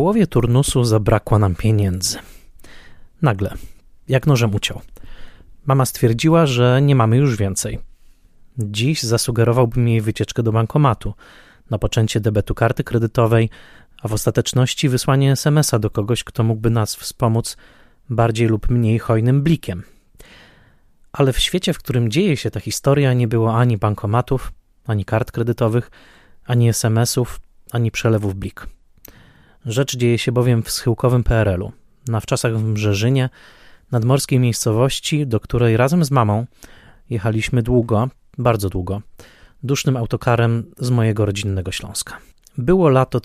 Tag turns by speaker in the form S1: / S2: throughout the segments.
S1: połowie turnusu zabrakło nam pieniędzy. Nagle, jak nożem uciął. Mama stwierdziła, że nie mamy już więcej. Dziś zasugerowałbym jej wycieczkę do bankomatu, napoczęcie debetu karty kredytowej, a w ostateczności wysłanie SMS-a do kogoś, kto mógłby nas wspomóc bardziej lub mniej hojnym blikiem. Ale w świecie, w którym dzieje się ta historia, nie było ani bankomatów, ani kart kredytowych, ani SMS-ów, ani przelewów blik. Rzecz dzieje się bowiem w schyłkowym PRL-u, na wczasach w Mrzeżynie, nadmorskiej miejscowości, do której razem z mamą jechaliśmy długo, bardzo długo, dusznym autokarem z mojego rodzinnego Śląska. Było lato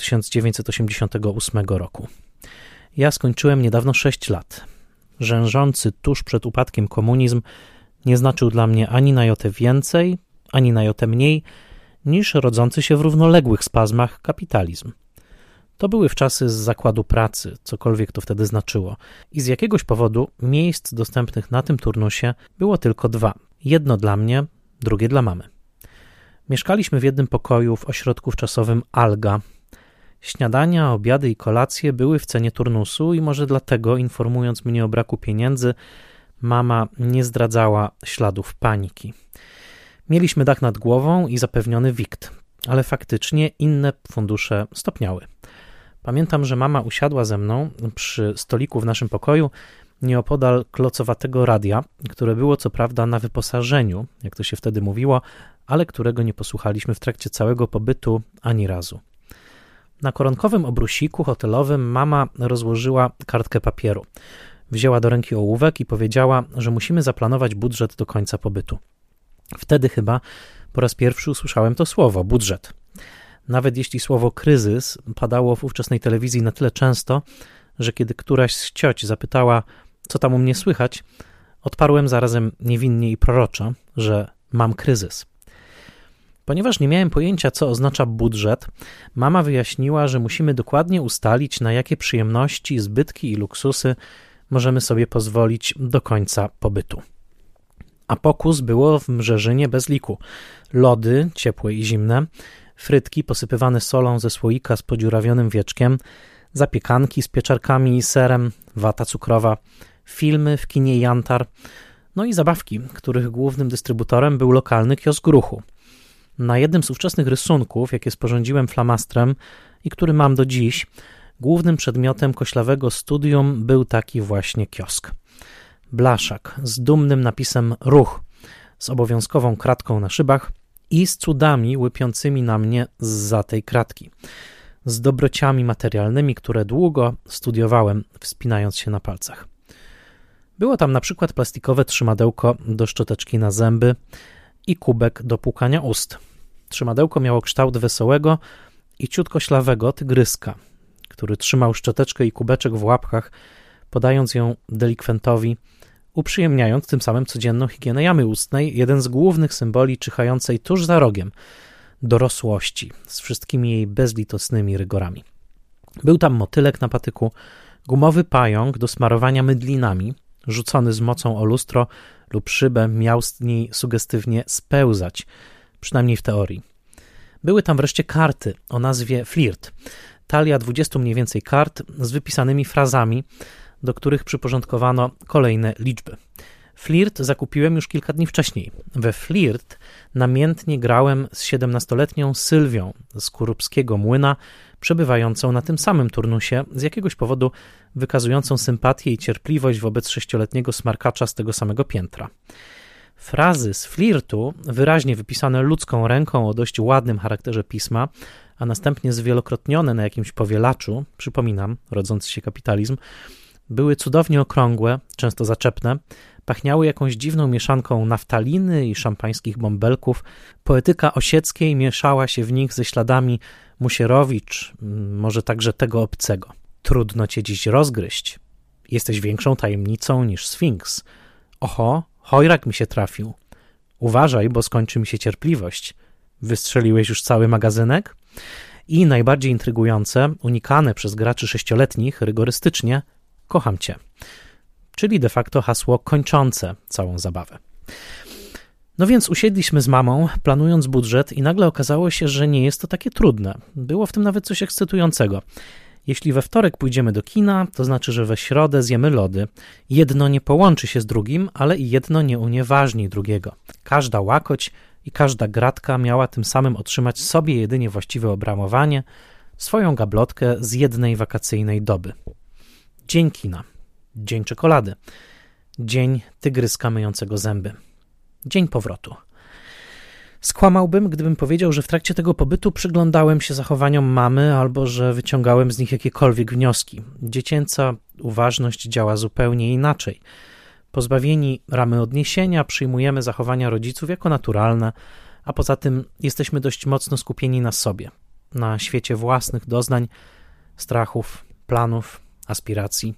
S1: 1988 roku. Ja skończyłem niedawno 6 lat. Rzężący tuż przed upadkiem komunizm nie znaczył dla mnie ani na jotę więcej, ani na jotę mniej, niż rodzący się w równoległych spazmach kapitalizm. To były wczasy z zakładu pracy, cokolwiek to wtedy znaczyło. I z jakiegoś powodu miejsc dostępnych na tym turnusie było tylko 2. Jedno dla mnie, drugie dla mamy. Mieszkaliśmy w jednym pokoju w ośrodku wczasowym Alga. Śniadania, obiady i kolacje były w cenie turnusu i może dlatego, informując mnie o braku pieniędzy, mama nie zdradzała śladów paniki. Mieliśmy dach nad głową i zapewniony wikt, ale faktycznie inne fundusze stopniały. Pamiętam, że mama usiadła ze mną przy stoliku w naszym pokoju nieopodal klocowatego radia, które było co prawda na wyposażeniu, jak to się wtedy mówiło, ale którego nie posłuchaliśmy w trakcie całego pobytu ani razu. Na koronkowym obrusiku hotelowym mama rozłożyła kartkę papieru. Wzięła do ręki ołówek i powiedziała, że musimy zaplanować budżet do końca pobytu. Wtedy chyba po raz pierwszy usłyszałem to słowo, budżet. Nawet jeśli słowo kryzys padało w ówczesnej telewizji na tyle często, że kiedy któraś z cioć zapytała, co tam u mnie słychać, odparłem zarazem niewinnie i proroczo, że mam kryzys. Ponieważ nie miałem pojęcia, co oznacza budżet, mama wyjaśniła, że musimy dokładnie ustalić, na jakie przyjemności, zbytki i luksusy możemy sobie pozwolić do końca pobytu. A pokus było w Mrzeżynie bez liku. Lody, ciepłe i zimne, frytki posypywane solą ze słoika z podziurawionym wieczkiem, zapiekanki z pieczarkami i serem, wata cukrowa, filmy w kinie Jantar, no i zabawki, których głównym dystrybutorem był lokalny kiosk Ruchu. Na jednym z ówczesnych rysunków, jakie sporządziłem flamastrem i który mam do dziś, głównym przedmiotem koślawego studium był taki właśnie kiosk. Blaszak z dumnym napisem Ruch, z obowiązkową kratką na szybach i z cudami łypiącymi na mnie zza tej kratki, z dobrociami materialnymi, które długo studiowałem, wspinając się na palcach. Było tam na przykład plastikowe trzymadełko do szczoteczki na zęby i kubek do płukania ust. Trzymadełko miało kształt wesołego i ciutkoślawego tygryska, który trzymał szczoteczkę i kubeczek w łapkach, podając ją delikwentowi, uprzyjemniając tym samym codzienną higienę jamy ustnej, jeden z głównych symboli czyhającej tuż za rogiem dorosłości z wszystkimi jej bezlitosnymi rygorami. Był tam motylek na patyku, gumowy pająk do smarowania mydlinami, rzucony z mocą o lustro lub szybę miał z niej sugestywnie spełzać, przynajmniej w teorii. Były tam wreszcie karty o nazwie flirt, talia 20 mniej więcej kart z wypisanymi frazami, do których przyporządkowano kolejne liczby. Flirt zakupiłem już kilka dni wcześniej. We flirt namiętnie grałem z 17-letnią Sylwią z Kurubskiego Młyna, przebywającą na tym samym turnusie, z jakiegoś powodu wykazującą sympatię i cierpliwość wobec 6-letniego smarkacza z tego samego piętra. Frazy z flirtu, wyraźnie wypisane ludzką ręką o dość ładnym charakterze pisma, a następnie zwielokrotnione na jakimś powielaczu, przypominam, rodzący się kapitalizm, były cudownie okrągłe, często zaczepne, pachniały jakąś dziwną mieszanką naftaliny i szampańskich bąbelków. Poetyka Osieckiej mieszała się w nich ze śladami Musierowicz, może także tego obcego. Trudno cię dziś rozgryźć. Jesteś większą tajemnicą niż Sfinks. Oho, chojrak mi się trafił. Uważaj, bo skończy mi się cierpliwość. Wystrzeliłeś już cały magazynek? I najbardziej intrygujące, unikane przez graczy 6-letnich rygorystycznie, kocham cię. Czyli de facto hasło kończące całą zabawę. No więc usiedliśmy z mamą, planując budżet i nagle okazało się, że nie jest to takie trudne. Było w tym nawet coś ekscytującego. Jeśli we wtorek pójdziemy do kina, to znaczy, że we środę zjemy lody. Jedno nie połączy się z drugim, ale i jedno nie unieważni drugiego. Każda łakoć i każda gratka miała tym samym otrzymać sobie jedynie właściwe obramowanie, swoją gablotkę z jednej wakacyjnej doby. Dzień kina, dzień czekolady, dzień tygryska myjącego zęby, dzień powrotu. Skłamałbym, gdybym powiedział, że w trakcie tego pobytu przyglądałem się zachowaniom mamy albo że wyciągałem z nich jakiekolwiek wnioski. Dziecięca uważność działa zupełnie inaczej. Pozbawieni ramy odniesienia przyjmujemy zachowania rodziców jako naturalne, a poza tym jesteśmy dość mocno skupieni na sobie, na świecie własnych doznań, strachów, planów, aspiracji.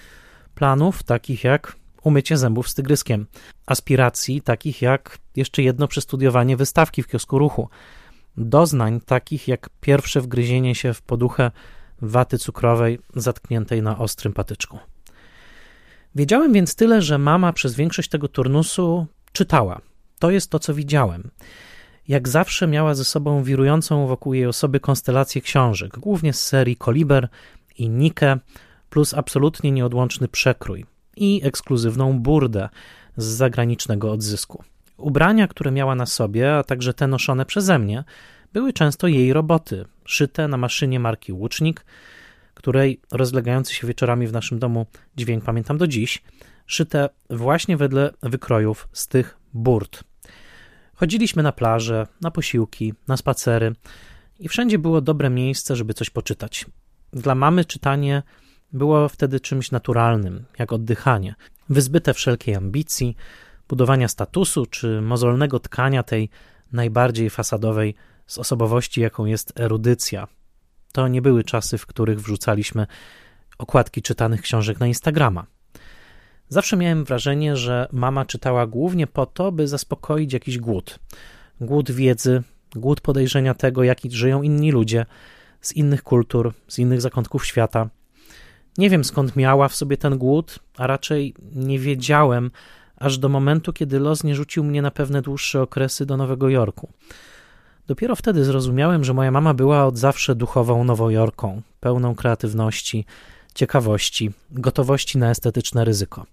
S1: Planów takich jak umycie zębów z tygryskiem, aspiracji takich jak jeszcze jedno przestudiowanie wystawki w kiosku Ruchu, doznań takich jak pierwsze wgryzienie się w poduchę waty cukrowej zatkniętej na ostrym patyczku. Wiedziałem więc tyle, że mama przez większość tego turnusu czytała. To jest to, co widziałem. Jak zawsze miała ze sobą wirującą wokół jej osoby konstelację książek, głównie z serii Koliber i Nike, plus absolutnie nieodłączny przekrój i ekskluzywną burdę z zagranicznego odzysku. Ubrania, które miała na sobie, a także te noszone przeze mnie, były często jej roboty, szyte na maszynie marki Łucznik, której rozlegający się wieczorami w naszym domu dźwięk pamiętam do dziś, szyte właśnie wedle wykrojów z tych burd. Chodziliśmy na plażę, na posiłki, na spacery i wszędzie było dobre miejsce, żeby coś poczytać. Dla mamy czytanie było wtedy czymś naturalnym, jak oddychanie, wyzbyte wszelkiej ambicji, budowania statusu czy mozolnego tkania tej najbardziej fasadowej z osobowości, jaką jest erudycja. To nie były czasy, w których wrzucaliśmy okładki czytanych książek na Instagrama. Zawsze miałem wrażenie, że mama czytała głównie po to, by zaspokoić jakiś głód. Głód wiedzy, głód podejrzenia tego, jak żyją inni ludzie z innych kultur, z innych zakątków świata. Nie wiem, skąd miała w sobie ten głód, a raczej nie wiedziałem, aż do momentu, kiedy los nie rzucił mnie na pewne dłuższe okresy do Nowego Jorku. Dopiero wtedy zrozumiałem, że moja mama była od zawsze duchową Nowojorką, pełną kreatywności, ciekawości, gotowości na estetyczne ryzyko.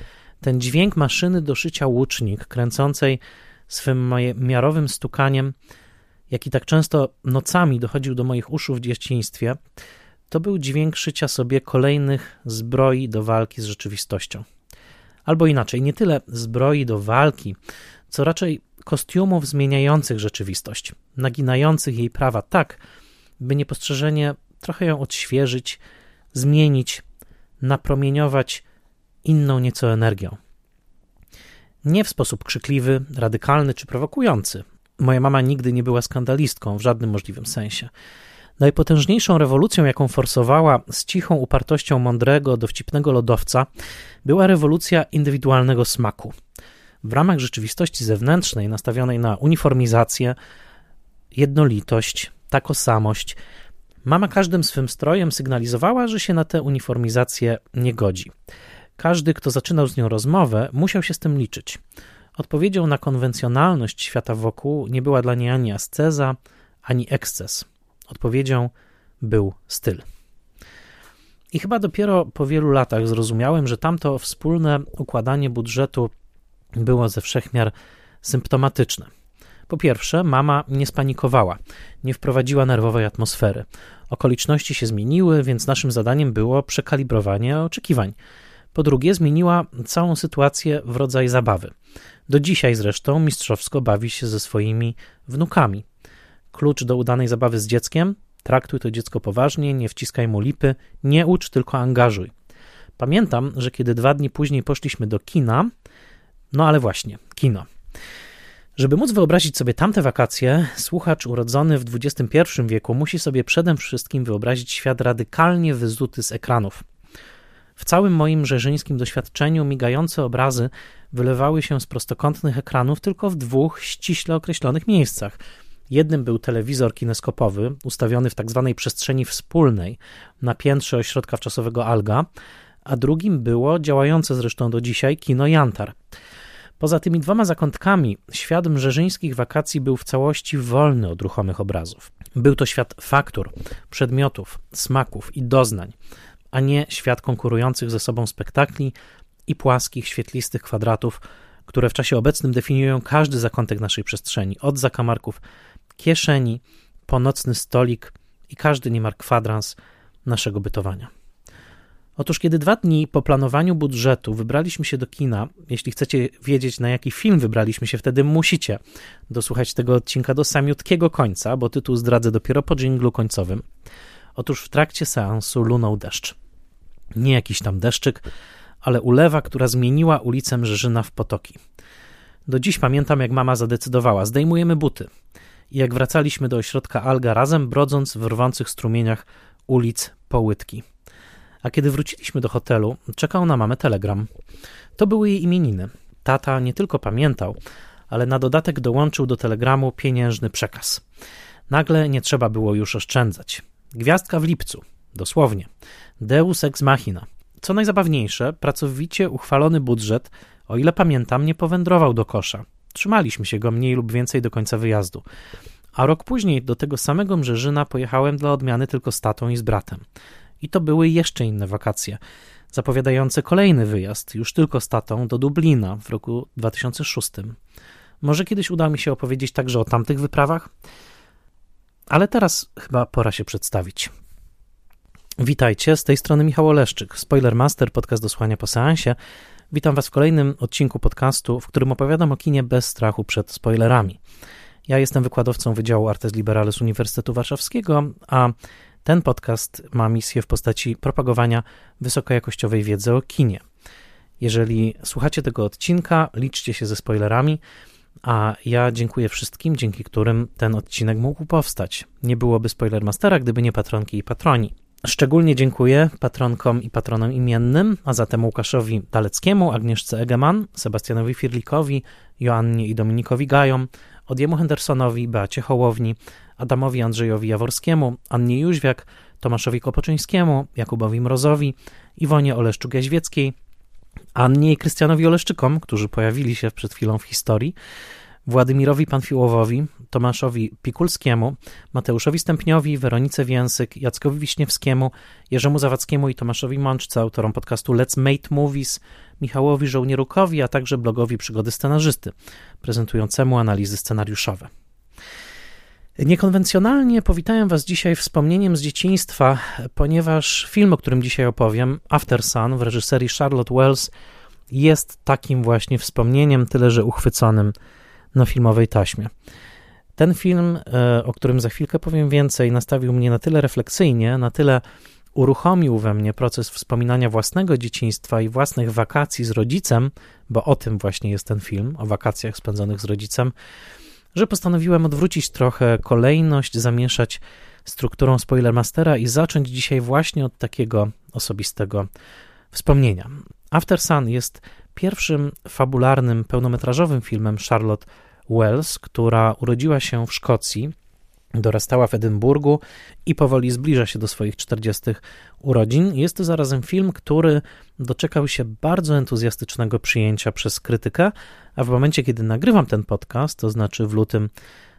S1: Ten dźwięk maszyny do szycia Łucznik, kręcącej swym miarowym stukaniem, jaki tak często nocami dochodził do moich uszu w dzieciństwie, to był dźwięk szycia sobie kolejnych zbroi do walki z rzeczywistością. Albo inaczej, nie tyle zbroi do walki, co raczej kostiumów zmieniających rzeczywistość, naginających jej prawa tak, by niepostrzeżenie trochę ją odświeżyć, zmienić, napromieniować inną nieco energią. Nie w sposób krzykliwy, radykalny czy prowokujący. Moja mama nigdy nie była skandalistką w żadnym możliwym sensie. Najpotężniejszą rewolucją, jaką forsowała z cichą upartością mądrego, dowcipnego lodowca, była rewolucja indywidualnego smaku. W ramach rzeczywistości zewnętrznej, nastawionej na uniformizację, jednolitość, takosamość, mama każdym swym strojem sygnalizowała, że się na tę uniformizację nie godzi. Każdy, kto zaczynał z nią rozmowę, musiał się z tym liczyć. Odpowiedzią na konwencjonalność świata wokół nie była dla niej ani asceza, ani eksces. Odpowiedzią był styl. I chyba dopiero po wielu latach zrozumiałem, że tamto wspólne układanie budżetu było ze wszechmiar symptomatyczne. Po pierwsze, mama nie spanikowała, nie wprowadziła nerwowej atmosfery. Okoliczności się zmieniły, więc naszym zadaniem było przekalibrowanie oczekiwań. Po drugie, zmieniła całą sytuację w rodzaj zabawy. Do dzisiaj zresztą mistrzowsko bawi się ze swoimi wnukami. Klucz do udanej zabawy z dzieckiem: traktuj to dziecko poważnie, nie wciskaj mu lipy, nie ucz, tylko angażuj. Pamiętam, że kiedy 2 dni później poszliśmy do kina, no ale właśnie, kino. Żeby móc wyobrazić sobie tamte wakacje, słuchacz urodzony w XXI wieku musi sobie przede wszystkim wyobrazić świat radykalnie wyzuty z ekranów. W całym moim rzeżyńskim doświadczeniu migające obrazy wylewały się z prostokątnych ekranów tylko w 2 ściśle określonych miejscach. Jednym był telewizor kineskopowy, ustawiony w tzw. przestrzeni wspólnej na piętrze ośrodka wczasowego Alga, a drugim było działające zresztą do dzisiaj kino Jantar. Poza tymi 2 zakątkami świat mrzeżyńskich wakacji był w całości wolny od ruchomych obrazów. Był to świat faktur, przedmiotów, smaków i doznań, a nie świat konkurujących ze sobą spektakli i płaskich, świetlistych kwadratów, które w czasie obecnym definiują każdy zakątek naszej przestrzeni, od zakamarków kieszeni, po nocny stolik i każdy niemal kwadrans naszego bytowania. Otóż kiedy 2 dni po planowaniu budżetu wybraliśmy się do kina, jeśli chcecie wiedzieć, na jaki film wybraliśmy się, wtedy musicie dosłuchać tego odcinka do samiutkiego końca, bo tytuł zdradzę dopiero po dżinglu końcowym. Otóż w trakcie seansu lunął deszcz. Nie jakiś tam deszczyk, ale ulewa, która zmieniła ulicę Mrzyżyna w potoki. Do dziś pamiętam, jak mama zadecydowała: zdejmujemy buty. I jak wracaliśmy do ośrodka Alga razem, brodząc w rwących strumieniach ulic po łydki. A kiedy wróciliśmy do hotelu, czekał na mamę telegram. To były jej imieniny. Tata nie tylko pamiętał, ale na dodatek dołączył do telegramu pieniężny przekaz. Nagle nie trzeba było już oszczędzać. Gwiazdka w lipcu. Dosłownie. Deus ex machina. Co najzabawniejsze, pracowicie uchwalony budżet, o ile pamiętam, nie powędrował do kosza. Trzymaliśmy się go mniej lub więcej do końca wyjazdu. A rok później do tego samego Mrzyżyna pojechałem dla odmiany tylko z tatą i z bratem. I to były jeszcze inne wakacje, zapowiadające kolejny wyjazd, już tylko z tatą, do Dublina w roku 2006. Może kiedyś uda mi się opowiedzieć także o tamtych wyprawach? Ale teraz chyba pora się przedstawić. Witajcie, z tej strony Michał Oleszczyk, Spoilermaster, podcast do słuchania po seansie. Witam Was w kolejnym odcinku podcastu, w którym opowiadam o kinie bez strachu przed spoilerami. Ja jestem wykładowcą Wydziału Artes Liberales Uniwersytetu Warszawskiego, a ten podcast ma misję w postaci propagowania wysokojakościowej wiedzy o kinie. Jeżeli słuchacie tego odcinka, liczcie się ze spoilerami, a ja dziękuję wszystkim, dzięki którym ten odcinek mógł powstać. Nie byłoby Spoilermastera, gdyby nie patronki i patroni. Szczególnie dziękuję patronkom i patronom imiennym, a zatem Łukaszowi Daleckiemu, Agnieszce Egeman, Sebastianowi Firlikowi, Joannie i Dominikowi Gajom, Odiemu Hendersonowi, Beacie Hołowni, Adamowi Andrzejowi Jaworskiemu, Annie Jóźwiak, Tomaszowi Kopoczyńskiemu, Jakubowi Mrozowi, Iwonie Oleszczuk-Jaźwieckiej, Annie i Krystianowi Oleszczykom, którzy pojawili się przed chwilą w historii, Władimirowi Panfiłowowi, Tomaszowi Pikulskiemu, Mateuszowi Stępniowi, Weronice Więsyk, Jackowi Wiśniewskiemu, Jerzemu Zawadzkiemu i Tomaszowi Mączce, autorom podcastu Let's Make Movies, Michałowi Żołnierukowi, a także blogowi Przygody Scenarzysty, prezentującemu analizy scenariuszowe. Niekonwencjonalnie powitałem Was dzisiaj wspomnieniem z dzieciństwa, ponieważ film, o którym dzisiaj opowiem, After Sun w reżyserii Charlotte Wells, jest takim właśnie wspomnieniem, tyle że uchwyconym na filmowej taśmie. Ten film, o którym za chwilkę powiem więcej, nastawił mnie na tyle refleksyjnie, na tyle uruchomił we mnie proces wspominania własnego dzieciństwa i własnych wakacji z rodzicem, bo o tym właśnie jest ten film, o wakacjach spędzonych z rodzicem, że postanowiłem odwrócić trochę kolejność, zamieszać strukturą Spoilermastera i zacząć dzisiaj właśnie od takiego osobistego wspomnienia. After Sun jest pierwszym fabularnym, pełnometrażowym filmem Charlotte Wells, która urodziła się w Szkocji, dorastała w Edynburgu i powoli zbliża się do swoich 40 urodzin. Jest to zarazem film, który doczekał się bardzo entuzjastycznego przyjęcia przez krytykę, a w momencie, kiedy nagrywam ten podcast, to znaczy w lutym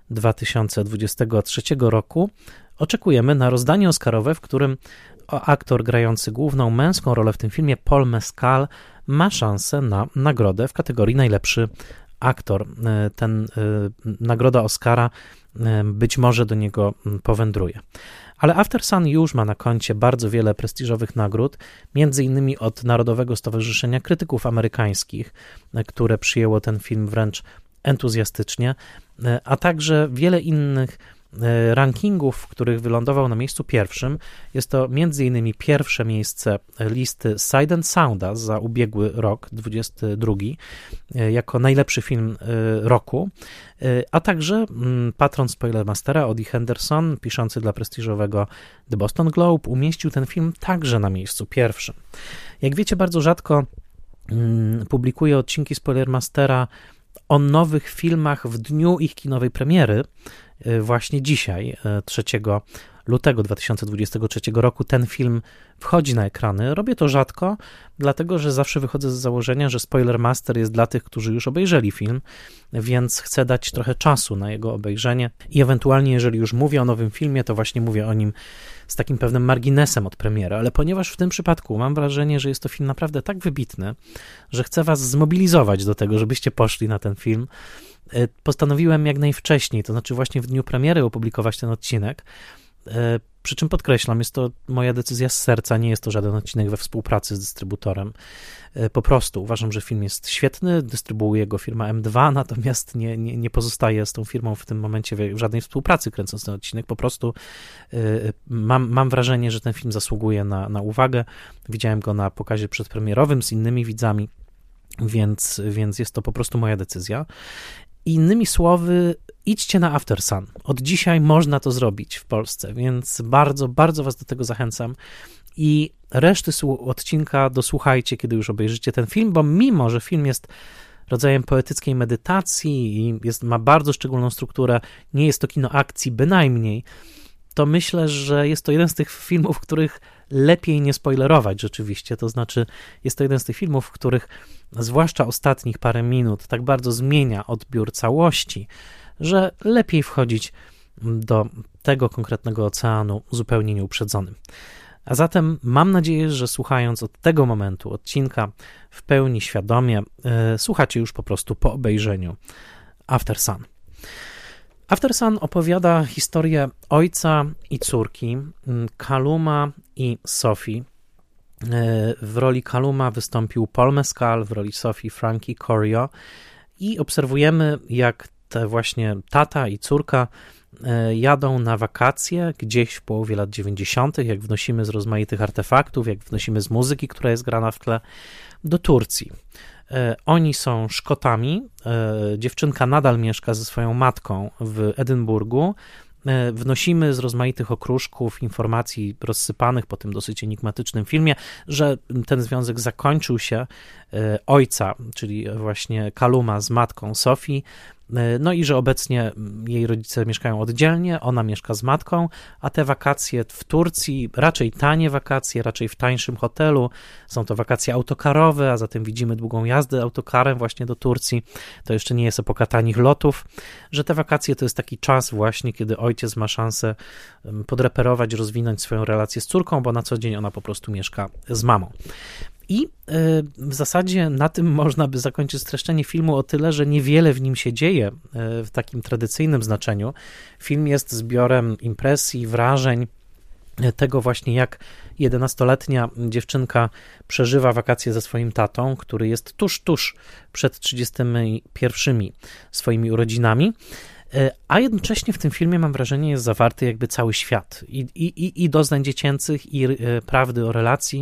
S1: 2023 roku, oczekujemy na rozdanie oscarowe, w którym aktor grający główną męską rolę w tym filmie, Paul Mescal, ma szansę na nagrodę w kategorii najlepszy aktor. Nagroda Oscara być może do niego powędruje. Ale After Sun już ma na koncie bardzo wiele prestiżowych nagród, między innymi od Narodowego Stowarzyszenia Krytyków Amerykańskich, które przyjęło ten film wręcz entuzjastycznie, a także wiele innych rankingów, w których wylądował na miejscu pierwszym. Jest to m.in. pierwsze miejsce listy Sight and Sounda za ubiegły rok, 22, jako najlepszy film roku, a także patron Spoilermastera Odi Henderson, piszący dla prestiżowego The Boston Globe, umieścił ten film także na miejscu pierwszym. Jak wiecie, bardzo rzadko publikuję odcinki Spoilermastera o nowych filmach w dniu ich kinowej premiery. Właśnie dzisiaj, 3 lutego 2023 roku ten film wchodzi na ekrany. Robię to rzadko, dlatego że zawsze wychodzę z założenia, że Spoilermaster jest dla tych, którzy już obejrzeli film, więc chcę dać trochę czasu na jego obejrzenie i ewentualnie, jeżeli już mówię o nowym filmie, to właśnie mówię o nim z takim pewnym marginesem od premiery, ale ponieważ w tym przypadku mam wrażenie, że jest to film naprawdę tak wybitny, że chcę was zmobilizować do tego, żebyście poszli na ten film, postanowiłem jak najwcześniej, to znaczy właśnie w dniu premiery opublikować ten odcinek, przy czym podkreślam, jest to moja decyzja z serca, nie jest to żaden odcinek we współpracy z dystrybutorem. Po prostu uważam, że film jest świetny, dystrybuuje go firma M2, natomiast nie pozostaje z tą firmą w tym momencie w żadnej współpracy kręcąc ten odcinek. Po prostu mam wrażenie, że ten film zasługuje na uwagę. Widziałem go na pokazie przedpremierowym z innymi widzami, więc jest to po prostu moja decyzja. Innymi słowy, idźcie na Aftersun. Od dzisiaj można to zrobić w Polsce, więc bardzo, bardzo was do tego zachęcam. I reszty odcinka dosłuchajcie, kiedy już obejrzycie ten film, bo mimo, że film jest rodzajem poetyckiej medytacji i ma bardzo szczególną strukturę, nie jest to kino akcji bynajmniej, to myślę, że jest to jeden z tych filmów, w których lepiej nie spoilerować rzeczywiście, to znaczy jest to jeden z tych filmów, w których zwłaszcza ostatnich parę minut tak bardzo zmienia odbiór całości, że lepiej wchodzić do tego konkretnego oceanu zupełnie nieuprzedzonym. A zatem mam nadzieję, że słuchając od tego momentu odcinka w pełni świadomie, słuchacie już po prostu po obejrzeniu Aftersun. Aftersun opowiada historię ojca i córki, Calluma i Sophie. W roli Calluma wystąpił Paul Mescal, w roli Sophie Frankie Corio i obserwujemy, jak te właśnie tata i córka jadą na wakacje gdzieś w połowie lat 90., jak wnosimy z rozmaitych artefaktów, jak wnosimy z muzyki, która jest grana w tle, do Turcji. Oni są Szkotami, dziewczynka nadal mieszka ze swoją matką w Edynburgu. Wnosimy z rozmaitych okruszków informacji rozsypanych po tym dosyć enigmatycznym filmie, że ten związek zakończył się ojca, czyli właśnie Calluma z matką Sophie, no i że obecnie jej rodzice mieszkają oddzielnie, ona mieszka z matką, a te wakacje w Turcji, raczej tanie wakacje, raczej w tańszym hotelu, są to wakacje autokarowe, a zatem widzimy długą jazdę autokarem właśnie do Turcji, to jeszcze nie jest epoka tanich lotów, że te wakacje to jest taki czas właśnie, kiedy ojciec ma szansę podreperować, rozwinąć swoją relację z córką, bo na co dzień ona po prostu mieszka z mamą. I w zasadzie na tym można by zakończyć streszczenie filmu o tyle, że niewiele w nim się dzieje w takim tradycyjnym znaczeniu. Film jest zbiorem impresji, wrażeń, tego właśnie jak 11-letnia dziewczynka przeżywa wakacje ze swoim tatą, który jest tuż przed 31 swoimi urodzinami. A jednocześnie w tym filmie, mam wrażenie, jest zawarty jakby cały świat i doznań dziecięcych, i prawdy o relacji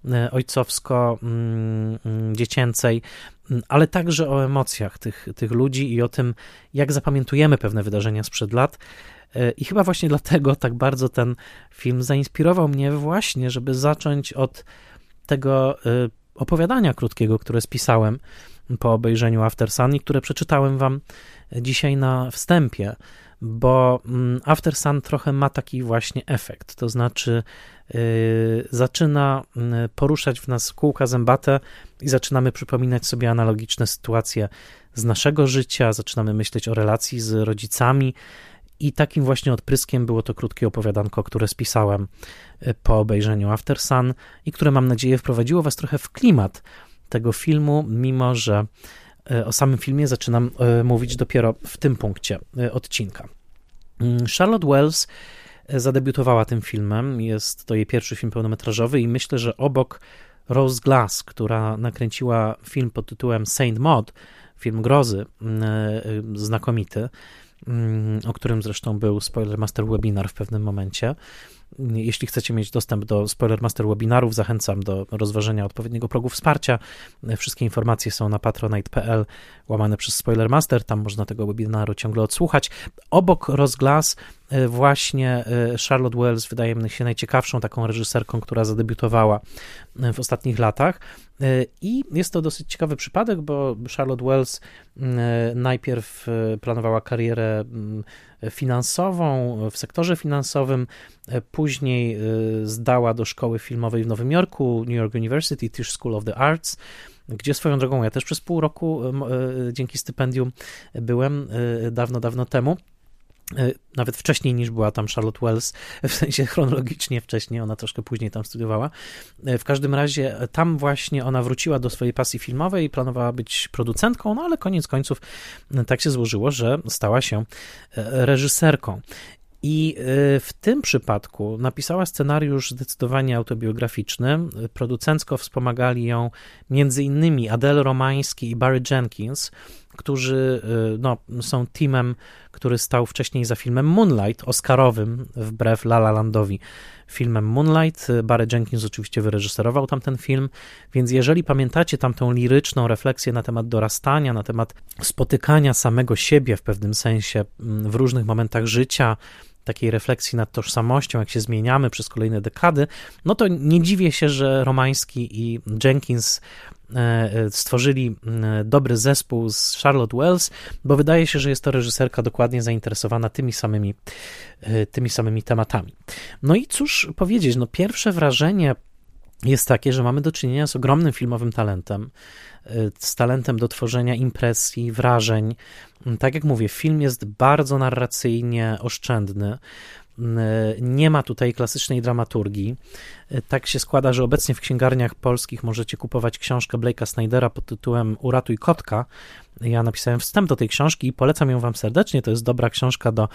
S1: ojcowsko-dziecięcej, ale także o emocjach tych ludzi i o tym, jak zapamiętujemy pewne wydarzenia sprzed lat. I chyba właśnie dlatego tak bardzo ten film zainspirował mnie właśnie, żeby zacząć od tego opowiadania krótkiego, które spisałem po obejrzeniu Aftersun i które przeczytałem wam dzisiaj na wstępie, bo Aftersun trochę ma taki właśnie efekt, to znaczy zaczyna poruszać w nas kółka zębate i zaczynamy przypominać sobie analogiczne sytuacje z naszego życia, zaczynamy myśleć o relacji z rodzicami i takim właśnie odpryskiem było to krótkie opowiadanko, które spisałem po obejrzeniu Aftersun i które, mam nadzieję, wprowadziło was trochę w klimat tego filmu, mimo że o samym filmie zaczynam mówić dopiero w tym punkcie odcinka. Charlotte Wells zadebiutowała tym filmem, jest to jej pierwszy film pełnometrażowy i myślę, że obok Rose Glass, która nakręciła film pod tytułem Saint Maud, film grozy, znakomity, o którym zresztą był Spoilermaster webinar w pewnym momencie. Jeśli chcecie mieć dostęp do Spoilermaster webinarów, zachęcam do rozważenia odpowiedniego progu wsparcia. Wszystkie informacje są na patronite.pl / Spoilermaster, tam można tego webinaru ciągle odsłuchać. Obok Rose Glass właśnie Charlotte Wells wydaje mi się najciekawszą taką reżyserką, która zadebiutowała w ostatnich latach. I jest to dosyć ciekawy przypadek, bo Charlotte Wells najpierw planowała karierę finansową w sektorze finansowym, później zdała do szkoły filmowej w Nowym Jorku, New York University, Tisch School of the Arts, gdzie swoją drogą ja też przez pół roku dzięki stypendium byłem dawno temu. Nawet wcześniej niż była tam Charlotte Wells, w sensie chronologicznie wcześniej, ona troszkę później tam studiowała. W każdym razie tam właśnie ona wróciła do swojej pasji filmowej i planowała być producentką, no ale koniec końców tak się złożyło, że stała się reżyserką. I w tym przypadku napisała scenariusz zdecydowanie autobiograficzny. Producencko wspomagali ją m.in. Adele Romański i Barry Jenkins, którzy są teamem, który stał wcześniej za filmem Moonlight, oscarowym, wbrew La La Landowi, filmem Moonlight. Barry Jenkins oczywiście wyreżyserował tamten film, więc jeżeli pamiętacie tamtą liryczną refleksję na temat dorastania, na temat spotykania samego siebie w pewnym sensie w różnych momentach życia, takiej refleksji nad tożsamością, jak się zmieniamy przez kolejne dekady, no to nie dziwię się, że Romański i Jenkins stworzyli dobry zespół z Charlotte Wells, bo wydaje się, że jest to reżyserka dokładnie zainteresowana tymi samymi tematami. No i cóż powiedzieć, no pierwsze wrażenie jest takie, że mamy do czynienia z ogromnym filmowym talentem, z talentem do tworzenia impresji, wrażeń. Tak jak mówię, film jest bardzo narracyjnie oszczędny. Nie ma tutaj klasycznej dramaturgii. Tak się składa, że obecnie w księgarniach polskich możecie kupować książkę Blake'a Snydera pod tytułem Uratuj kotka. Ja napisałem wstęp do tej książki i polecam ją wam serdecznie. To jest dobra książka do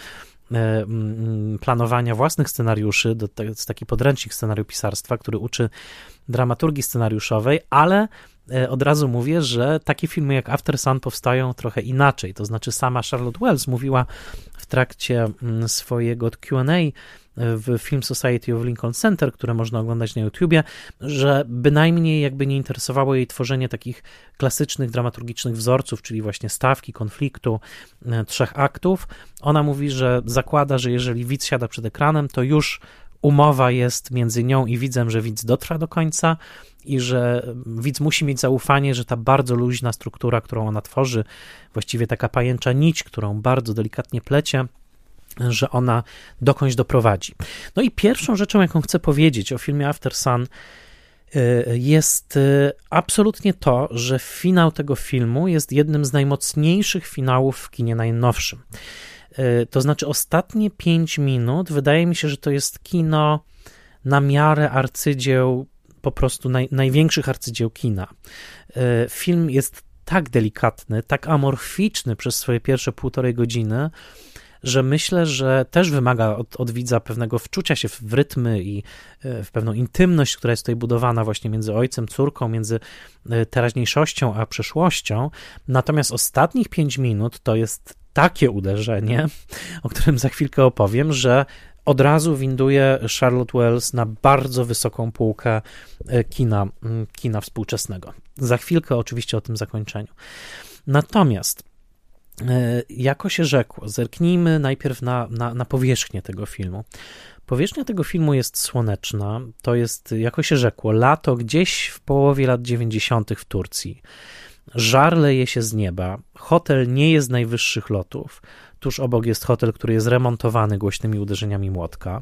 S1: planowania własnych scenariuszy, to jest taki podręcznik scenariopisarstwa, który uczy dramaturgii scenariuszowej, ale od razu mówię, że takie filmy jak After Sun powstają trochę inaczej, to znaczy sama Charlotte Wells mówiła w trakcie swojego Q&A w Film Society of Lincoln Center, które można oglądać na YouTubie, że bynajmniej jakby nie interesowało jej tworzenie takich klasycznych dramaturgicznych wzorców, czyli właśnie stawki, konfliktu, 3 aktów. Ona mówi, że zakłada, że jeżeli widz siada przed ekranem, to już umowa jest między nią i widzem, że widz dotrwa do końca i że widz musi mieć zaufanie, że ta bardzo luźna struktura, którą ona tworzy, właściwie taka pajęcza nić, którą bardzo delikatnie plecie, że ona dokądś doprowadzi. No i pierwszą rzeczą, jaką chcę powiedzieć o filmie After Sun, jest absolutnie to, że finał tego filmu jest jednym z najmocniejszych finałów w kinie najnowszym. To znaczy ostatnie 5 minut, wydaje mi się, że to jest kino na miarę arcydzieł, po prostu największych arcydzieł kina. Film jest tak delikatny, tak amorficzny przez swoje pierwsze 1,5 godziny, że myślę, że też wymaga od widza pewnego wczucia się w rytmy i w pewną intymność, która jest tutaj budowana właśnie między ojcem, córką, między teraźniejszością a przeszłością. Natomiast ostatnich 5 minut to jest takie uderzenie, o którym za chwilkę opowiem, że od razu winduje Charlotte Wells na bardzo wysoką półkę kina współczesnego. Za chwilkę oczywiście o tym zakończeniu. Natomiast jako się rzekło, zerknijmy najpierw na powierzchnię tego filmu. Powierzchnia tego filmu jest słoneczna, to jest, jako się rzekło, lato gdzieś w połowie lat 90. w Turcji. Żar leje się z nieba, hotel nie jest z najwyższych lotów, tuż obok jest hotel, który jest remontowany głośnymi uderzeniami młotka.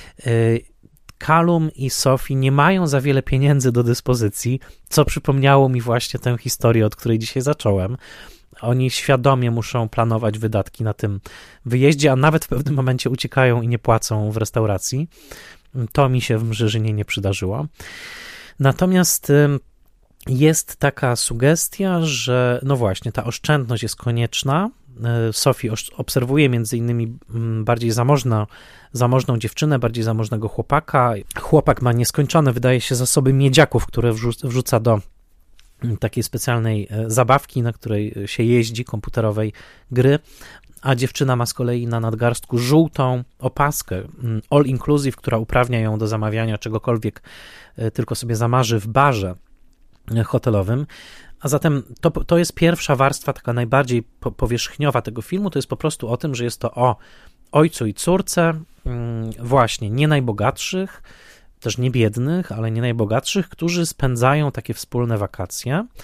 S1: Callum i Sophie nie mają za wiele pieniędzy do dyspozycji, co przypomniało mi właśnie tę historię, od której dzisiaj zacząłem. Oni świadomie muszą planować wydatki na tym wyjeździe, a nawet w pewnym momencie uciekają i nie płacą w restauracji. To mi się w Mrzyżynie nie przydarzyło. Natomiast jest taka sugestia, że no właśnie, ta oszczędność jest konieczna. Sophie obserwuje między innymi bardziej zamożną dziewczynę, bardziej zamożnego chłopaka. Chłopak ma nieskończone, wydaje się, zasoby miedziaków, które wrzuca do takiej specjalnej zabawki, na której się jeździ, komputerowej gry, a dziewczyna ma z kolei na nadgarstku żółtą opaskę all inclusive, która uprawnia ją do zamawiania czegokolwiek tylko sobie zamarzy w barze hotelowym. A zatem to jest pierwsza warstwa, taka najbardziej powierzchniowa tego filmu, to jest po prostu o tym, że jest to o ojcu i córce, właśnie nie najbogatszych, też nie biednych, ale nie najbogatszych, którzy spędzają takie wspólne wakacje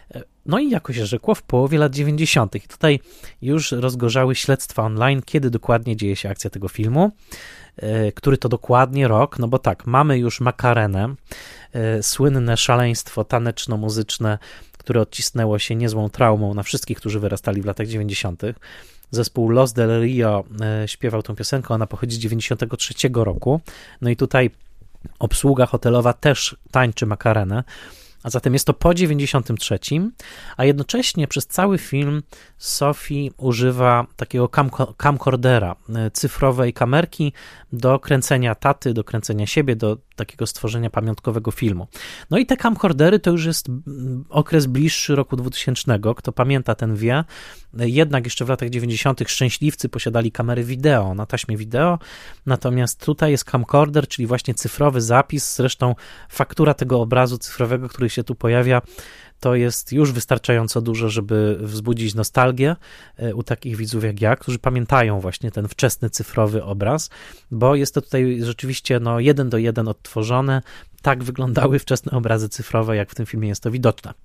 S1: No i jako się rzekło, w połowie lat 90. I tutaj już rozgorzały śledztwa online, kiedy dokładnie dzieje się akcja tego filmu, który to dokładnie rok, no bo tak, mamy już Makarenę, słynne szaleństwo taneczno-muzyczne, które odcisnęło się niezłą traumą na wszystkich, którzy wyrastali w latach 90. Zespół Los Del Rio śpiewał tą piosenkę, ona pochodzi z 93 roku, no i tutaj obsługa hotelowa też tańczy Makarenę, a zatem jest to po 93, a jednocześnie przez cały film Sophie używa takiego camcordera, cyfrowej kamerki do kręcenia taty, do kręcenia siebie, do takiego stworzenia pamiątkowego filmu. No i te camcordery to już jest okres bliższy roku 2000, kto pamięta, ten wie. Jednak jeszcze w latach 90. szczęśliwcy posiadali kamery wideo, na taśmie wideo, natomiast tutaj jest camcorder, czyli właśnie cyfrowy zapis, zresztą faktura tego obrazu cyfrowego, który się tu pojawia, to jest już wystarczająco dużo, żeby wzbudzić nostalgię u takich widzów jak ja, którzy pamiętają właśnie ten wczesny cyfrowy obraz, bo jest to tutaj rzeczywiście 1:1 odtworzone. Tak wyglądały wczesne obrazy cyfrowe, jak w tym filmie jest to widoczne.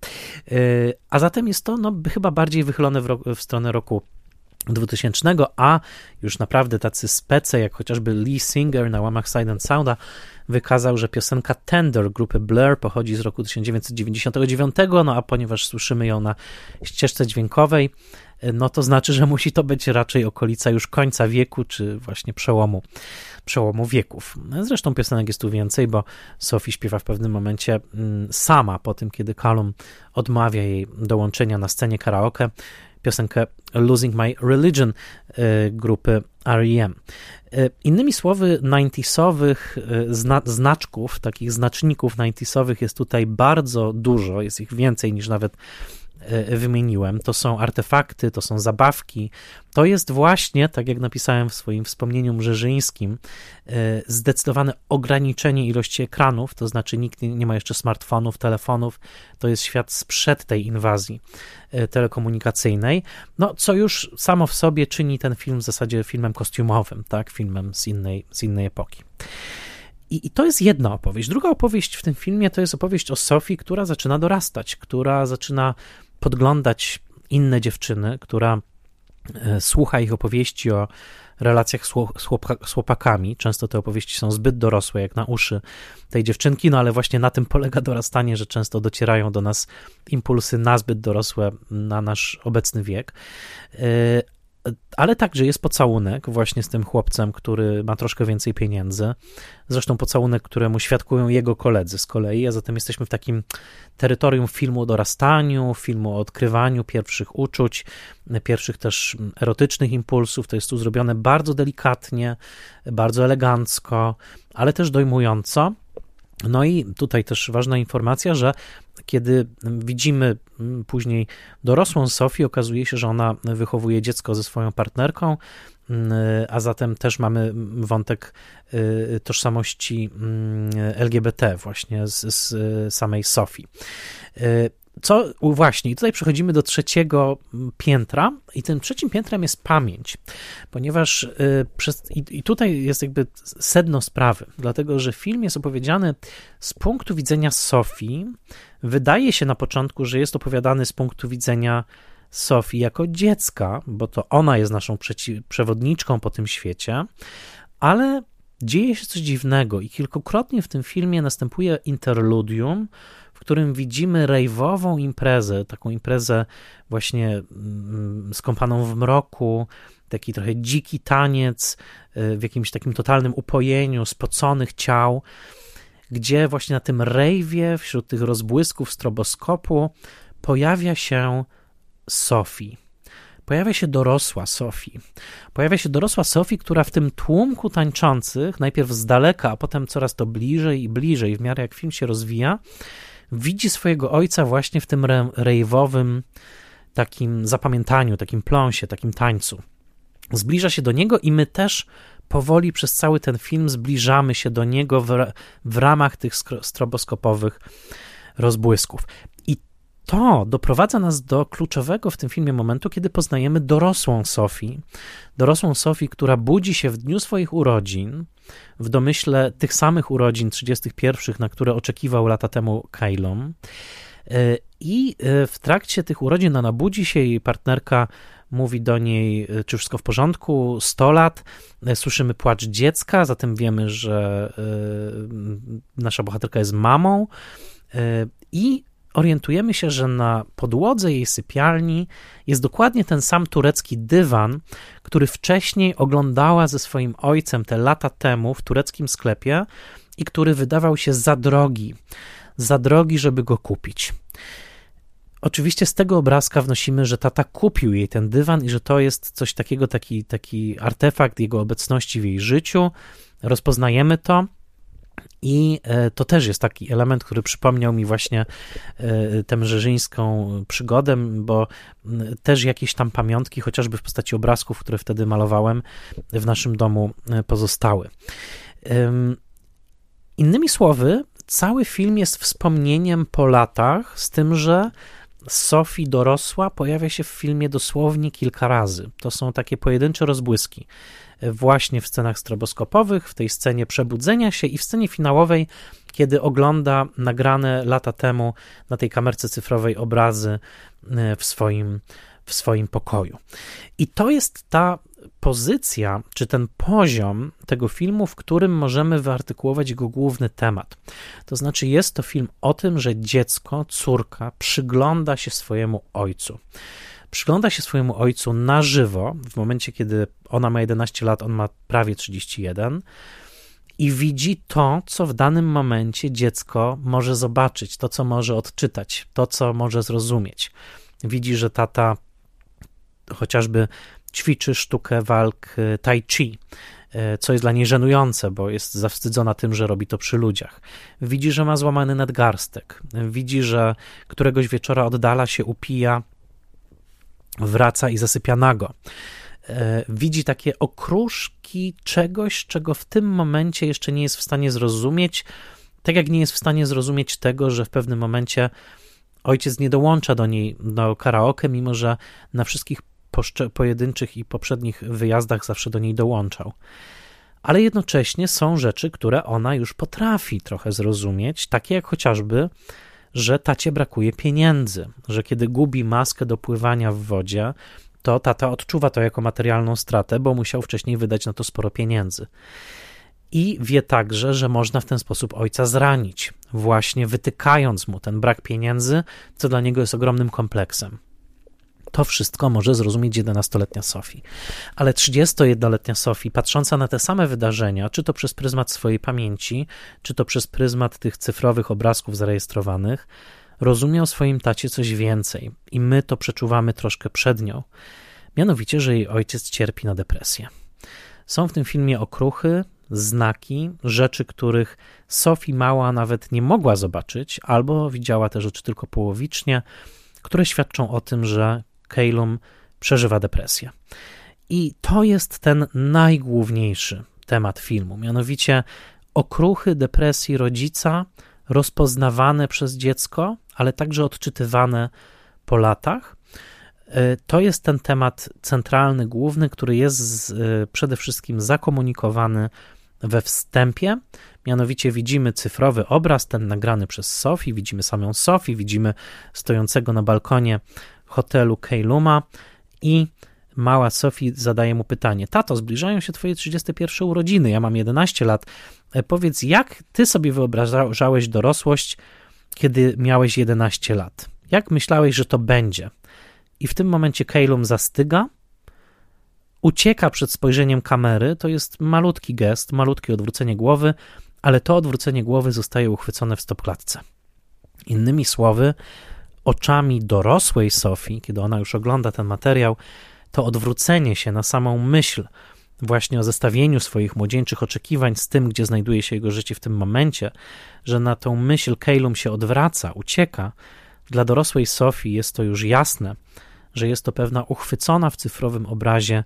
S1: A zatem jest to chyba bardziej wychylone w stronę roku 2000, a już naprawdę tacy spece, jak chociażby Lee Singer na łamach Silent Sounda wykazał, że piosenka Tender grupy Blur pochodzi z roku 1999, a ponieważ słyszymy ją na ścieżce dźwiękowej, no to znaczy, że musi to być raczej okolica już końca wieku, czy właśnie przełomu wieków. Zresztą piosenek jest tu więcej, bo Sophie śpiewa w pewnym momencie sama, po tym, kiedy Callum odmawia jej dołączenia na scenie karaoke, piosenkę Losing My Religion grupy R.E.M. Innymi słowy, 90sowych znaczków, takich znaczników 90sowych jest tutaj bardzo dużo, jest ich więcej niż nawet wymieniłem. To są artefakty, to są zabawki. To jest właśnie, tak jak napisałem w swoim wspomnieniu mrzeżyńskim, zdecydowane ograniczenie ilości ekranów, to znaczy nikt nie ma jeszcze smartfonów, telefonów. To jest świat sprzed tej inwazji telekomunikacyjnej, no co już samo w sobie czyni ten film w zasadzie filmem kostiumowym, tak, filmem z innej epoki. I to jest jedna opowieść. Druga opowieść w tym filmie to jest opowieść o Sophie, która zaczyna dorastać, która zaczyna podglądać inne dziewczyny, która słucha ich opowieści o relacjach z chłopakami. Często te opowieści są zbyt dorosłe, jak na uszy tej dziewczynki, no ale właśnie na tym polega dorastanie, że często docierają do nas impulsy nazbyt dorosłe na nasz obecny wiek. Ale także jest pocałunek właśnie z tym chłopcem, który ma troszkę więcej pieniędzy. Zresztą pocałunek, któremu świadkują jego koledzy z kolei, a zatem jesteśmy w takim terytorium filmu o dorastaniu, filmu o odkrywaniu pierwszych uczuć, pierwszych też erotycznych impulsów. To jest tu zrobione bardzo delikatnie, bardzo elegancko, ale też dojmująco. No i tutaj też ważna informacja, że kiedy widzimy później dorosłą Sophie, okazuje się, że ona wychowuje dziecko ze swoją partnerką, a zatem też mamy wątek tożsamości LGBT właśnie z samej Sophie. Właśnie, i tutaj przechodzimy do trzeciego piętra i tym trzecim piętrem jest pamięć, ponieważ i tutaj jest jakby sedno sprawy, dlatego, że film jest opowiedziany z punktu widzenia Sophie. Wydaje się na początku, że jest opowiadany z punktu widzenia Sophie jako dziecka, bo to ona jest naszą przewodniczką po tym świecie, ale dzieje się coś dziwnego i kilkukrotnie w tym filmie następuje interludium, w którym widzimy rejwową imprezę, taką imprezę właśnie skąpaną w mroku, taki trochę dziki taniec w jakimś takim totalnym upojeniu spoconych ciał, gdzie właśnie na tym rejwie wśród tych rozbłysków stroboskopu pojawia się Sophie. Pojawia się dorosła Sophie. Pojawia się dorosła Sophie, która w tym tłumku tańczących, najpierw z daleka, a potem coraz to bliżej i bliżej, w miarę jak film się rozwija, widzi swojego ojca właśnie w tym rejwowym takim zapamiętaniu, takim pląsie, takim tańcu. Zbliża się do niego i my też powoli przez cały ten film zbliżamy się do niego w ramach tych stroboskopowych rozbłysków. I to doprowadza nas do kluczowego w tym filmie momentu, kiedy poznajemy dorosłą Sophie, która budzi się w dniu swoich urodzin, w domyśle tych samych urodzin 31, na które oczekiwał lata temu Callum, I w trakcie tych urodzin ona budzi się, jej partnerka mówi do niej, czy wszystko w porządku, 100 lat, słyszymy płacz dziecka, zatem wiemy, że nasza bohaterka jest mamą i orientujemy się, że na podłodze jej sypialni jest dokładnie ten sam turecki dywan, który wcześniej oglądała ze swoim ojcem te lata temu w tureckim sklepie i który wydawał się za drogi, żeby go kupić. Oczywiście z tego obrazka wnosimy, że tata kupił jej ten dywan i że to jest coś takiego, taki artefakt jego obecności w jej życiu. Rozpoznajemy to i to też jest taki element, który przypomniał mi właśnie tę mrzeżyńską przygodę, bo też jakieś tam pamiątki, chociażby w postaci obrazków, które wtedy malowałem, w naszym domu pozostały. Innymi słowy, cały film jest wspomnieniem po latach, z tym, że Sophie dorosła pojawia się w filmie dosłownie kilka razy. To są takie pojedyncze rozbłyski. Właśnie w scenach stroboskopowych, w tej scenie przebudzenia się i w scenie finałowej, kiedy ogląda nagrane lata temu na tej kamerce cyfrowej obrazy w swoim pokoju. I to jest ta pozycja, czy ten poziom tego filmu, w którym możemy wyartykułować jego główny temat. To znaczy jest to film o tym, że dziecko, córka przygląda się swojemu ojcu. Przygląda się swojemu ojcu na żywo, w momencie, kiedy ona ma 11 lat, on ma prawie 31 i widzi to, co w danym momencie dziecko może zobaczyć, to, co może odczytać, to, co może zrozumieć. Widzi, że tata chociażby ćwiczy sztukę walk tai chi, co jest dla niej żenujące, bo jest zawstydzona tym, że robi to przy ludziach. Widzi, że ma złamany nadgarstek. Widzi, że któregoś wieczora oddala się, upija, wraca i zasypia nago. Widzi takie okruszki czegoś, czego w tym momencie jeszcze nie jest w stanie zrozumieć, tak jak nie jest w stanie zrozumieć tego, że w pewnym momencie ojciec nie dołącza do niej do karaoke, mimo że na wszystkich pojedynczych i poprzednich wyjazdach zawsze do niej dołączał. Ale jednocześnie są rzeczy, które ona już potrafi trochę zrozumieć, takie jak chociażby, że tacie brakuje pieniędzy, że kiedy gubi maskę do pływania w wodzie, to tata odczuwa to jako materialną stratę, bo musiał wcześniej wydać na to sporo pieniędzy. I wie także, że można w ten sposób ojca zranić, właśnie wytykając mu ten brak pieniędzy, co dla niego jest ogromnym kompleksem. To wszystko może zrozumieć 11-letnia Sophie. Ale 31-letnia Sophie, patrząca na te same wydarzenia, czy to przez pryzmat swojej pamięci, czy to przez pryzmat tych cyfrowych obrazków zarejestrowanych, rozumie o swoim tacie coś więcej i my to przeczuwamy troszkę przed nią. Mianowicie, że jej ojciec cierpi na depresję. Są w tym filmie okruchy, znaki, rzeczy, których Sophie mała nawet nie mogła zobaczyć, albo widziała te rzeczy tylko połowicznie, które świadczą o tym, że Callum przeżywa depresję. I to jest ten najgłówniejszy temat filmu, mianowicie okruchy depresji rodzica, rozpoznawane przez dziecko, ale także odczytywane po latach. To jest ten temat centralny, główny, który jest przede wszystkim zakomunikowany we wstępie. Mianowicie widzimy cyfrowy obraz, ten nagrany przez Sophie, widzimy samą Sophie, widzimy stojącego na balkonie hotelu Calluma i mała Sophie zadaje mu pytanie: tato, zbliżają się twoje 31 urodziny, ja mam 11 lat, powiedz, jak ty sobie wyobrażałeś dorosłość, kiedy miałeś 11 lat? Jak myślałeś, że to będzie? I w tym momencie Callum zastyga, ucieka przed spojrzeniem kamery, to jest malutki gest, malutkie odwrócenie głowy, ale to odwrócenie głowy zostaje uchwycone w stopklatce. Innymi słowy, oczami dorosłej Sophie, kiedy ona już ogląda ten materiał, to odwrócenie się na samą myśl właśnie o zestawieniu swoich młodzieńczych oczekiwań z tym, gdzie znajduje się jego życie w tym momencie, że na tą myśl Callum się odwraca, ucieka, dla dorosłej Sophie jest to już jasne, że jest to pewna uchwycona w cyfrowym obrazie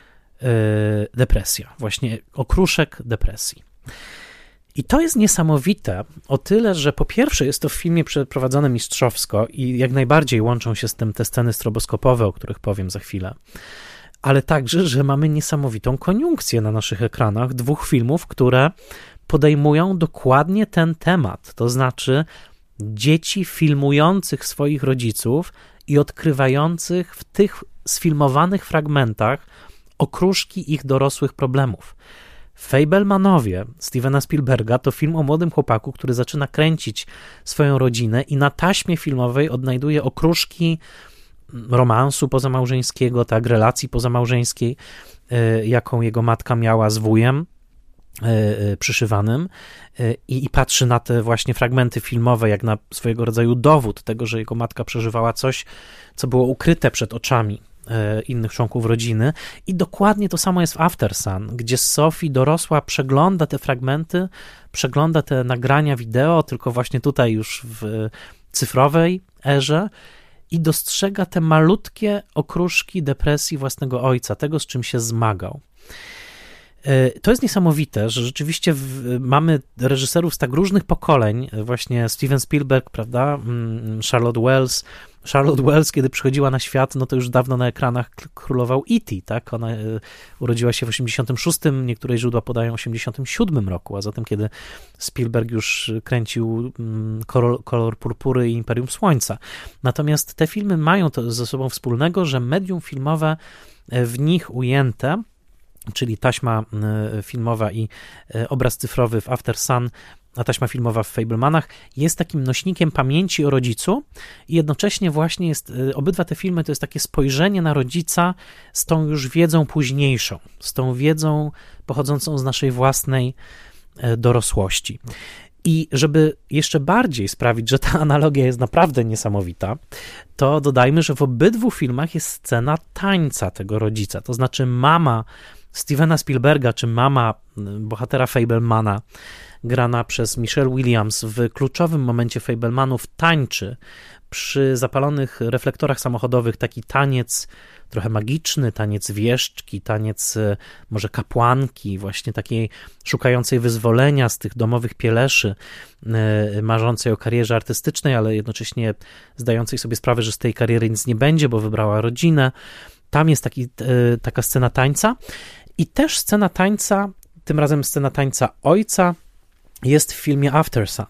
S1: depresja, właśnie okruszek depresji. I to jest niesamowite o tyle, że po pierwsze jest to w filmie przeprowadzone mistrzowsko i jak najbardziej łączą się z tym te sceny stroboskopowe, o których powiem za chwilę, ale także, że mamy niesamowitą koniunkcję na naszych ekranach dwóch filmów, które podejmują dokładnie ten temat, to znaczy dzieci filmujących swoich rodziców i odkrywających w tych sfilmowanych fragmentach okruszki ich dorosłych problemów. Fabelmanowie Stevena Spielberga to film o młodym chłopaku, który zaczyna kręcić swoją rodzinę i na taśmie filmowej odnajduje okruszki romansu pozamałżeńskiego, tak, relacji pozamałżeńskiej, jaką jego matka miała z wujem przyszywanym i patrzy na te właśnie fragmenty filmowe jak na swojego rodzaju dowód tego, że jego matka przeżywała coś, co było ukryte przed oczami innych członków rodziny. I dokładnie to samo jest w After Sun, gdzie Sophie dorosła przegląda te fragmenty, przegląda te nagrania wideo, tylko właśnie tutaj już w cyfrowej erze i dostrzega te malutkie okruszki depresji własnego ojca, tego, z czym się zmagał. To jest niesamowite, że rzeczywiście mamy reżyserów z tak różnych pokoleń, właśnie Steven Spielberg, prawda, Charlotte Wells, kiedy przychodziła na świat, no to już dawno na ekranach królował E.T., tak? Ona urodziła się w 86, niektóre źródła podają 87 roku, a zatem kiedy Spielberg już kręcił Kolor Purpury i Imperium Słońca. Natomiast te filmy mają to ze sobą wspólnego, że medium filmowe w nich ujęte, czyli taśma filmowa i obraz cyfrowy w After Sun, a taśma filmowa w Fabelmanach, jest takim nośnikiem pamięci o rodzicu i jednocześnie właśnie jest, obydwa te filmy to jest takie spojrzenie na rodzica z tą już wiedzą późniejszą, z tą wiedzą pochodzącą z naszej własnej dorosłości. I żeby jeszcze bardziej sprawić, że ta analogia jest naprawdę niesamowita, to dodajmy, że w obydwu filmach jest scena tańca tego rodzica, to znaczy mama Stevena Spielberga, czy mama bohatera Fabelmana, grana przez Michelle Williams, w kluczowym momencie Fabelmanów tańczy przy zapalonych reflektorach samochodowych taki taniec trochę magiczny, taniec wieszczki, taniec może kapłanki, właśnie takiej szukającej wyzwolenia z tych domowych pieleszy, marzącej o karierze artystycznej, ale jednocześnie zdającej sobie sprawę, że z tej kariery nic nie będzie, bo wybrała rodzinę. Tam jest taka scena tańca i też scena tańca, tym razem scena tańca ojca, jest w filmie After Sun.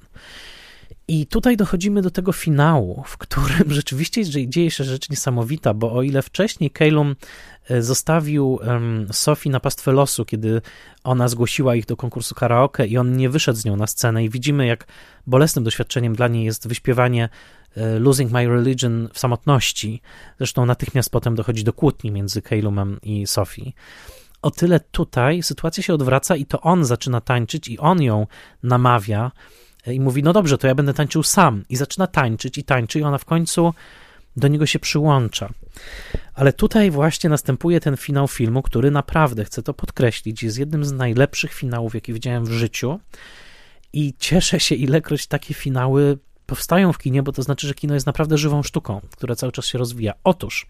S1: I tutaj dochodzimy do tego finału, w którym rzeczywiście dzieje się rzecz niesamowita, bo o ile wcześniej Callum zostawił Sophie na pastwę losu, kiedy ona zgłosiła ich do konkursu karaoke i on nie wyszedł z nią na scenę i widzimy, jak bolesnym doświadczeniem dla niej jest wyśpiewanie Losing My Religion w samotności. Zresztą natychmiast potem dochodzi do kłótni między Callumem i Sophie. O tyle tutaj sytuacja się odwraca i to on zaczyna tańczyć i on ją namawia i mówi, no dobrze, to ja będę tańczył sam. I zaczyna tańczyć i tańczy i ona w końcu do niego się przyłącza. Ale tutaj właśnie następuje ten finał filmu, który naprawdę, chcę to podkreślić, jest jednym z najlepszych finałów, jakie widziałem w życiu i cieszę się, ilekroć takie finały powstają w kinie, bo to znaczy, że kino jest naprawdę żywą sztuką, która cały czas się rozwija. Otóż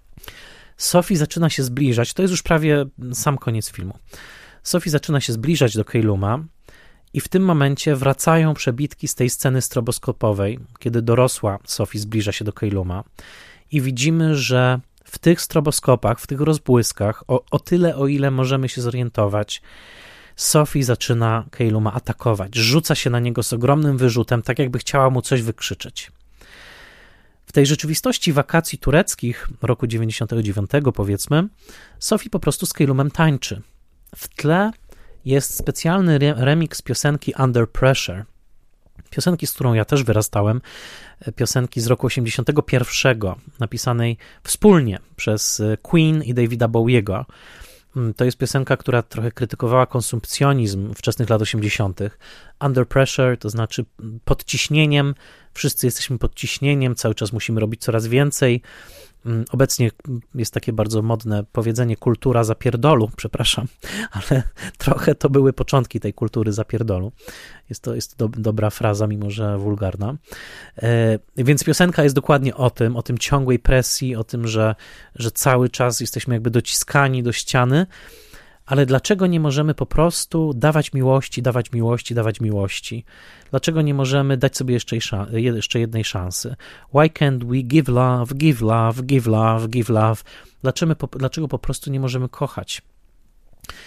S1: Sophie zaczyna się zbliżać, to jest już prawie sam koniec filmu. Sophie zaczyna się zbliżać do Calluma i w tym momencie wracają przebitki z tej sceny stroboskopowej, kiedy dorosła Sophie zbliża się do Calluma i widzimy, że w tych stroboskopach, w tych rozbłyskach, o tyle, o ile możemy się zorientować, Sophie zaczyna Calluma atakować, rzuca się na niego z ogromnym wyrzutem, tak jakby chciała mu coś wykrzyczeć. W tej rzeczywistości wakacji tureckich roku 99, powiedzmy, Sophie po prostu z Callumem tańczy. W tle jest specjalny remix piosenki Under Pressure. Piosenki, z którą ja też wyrastałem, piosenki z roku 81, napisanej wspólnie przez Queen i Davida Bowiego. To jest piosenka, która trochę krytykowała konsumpcjonizm wczesnych lat 80. Under pressure, to znaczy pod ciśnieniem, wszyscy jesteśmy pod ciśnieniem, cały czas musimy robić coraz więcej. Obecnie jest takie bardzo modne powiedzenie kultura zapierdolu, przepraszam, ale trochę to były początki tej kultury zapierdolu. Jest to dobra fraza, mimo że wulgarna. Więc piosenka jest dokładnie o tym ciągłej presji, o tym, że cały czas jesteśmy jakby dociskani do ściany, ale dlaczego nie możemy po prostu dawać miłości, dawać miłości, dawać miłości? Dlaczego nie możemy dać sobie jeszcze jednej szansy? Why can't we give love, give love, give love, give love? Dlaczego po prostu nie możemy kochać?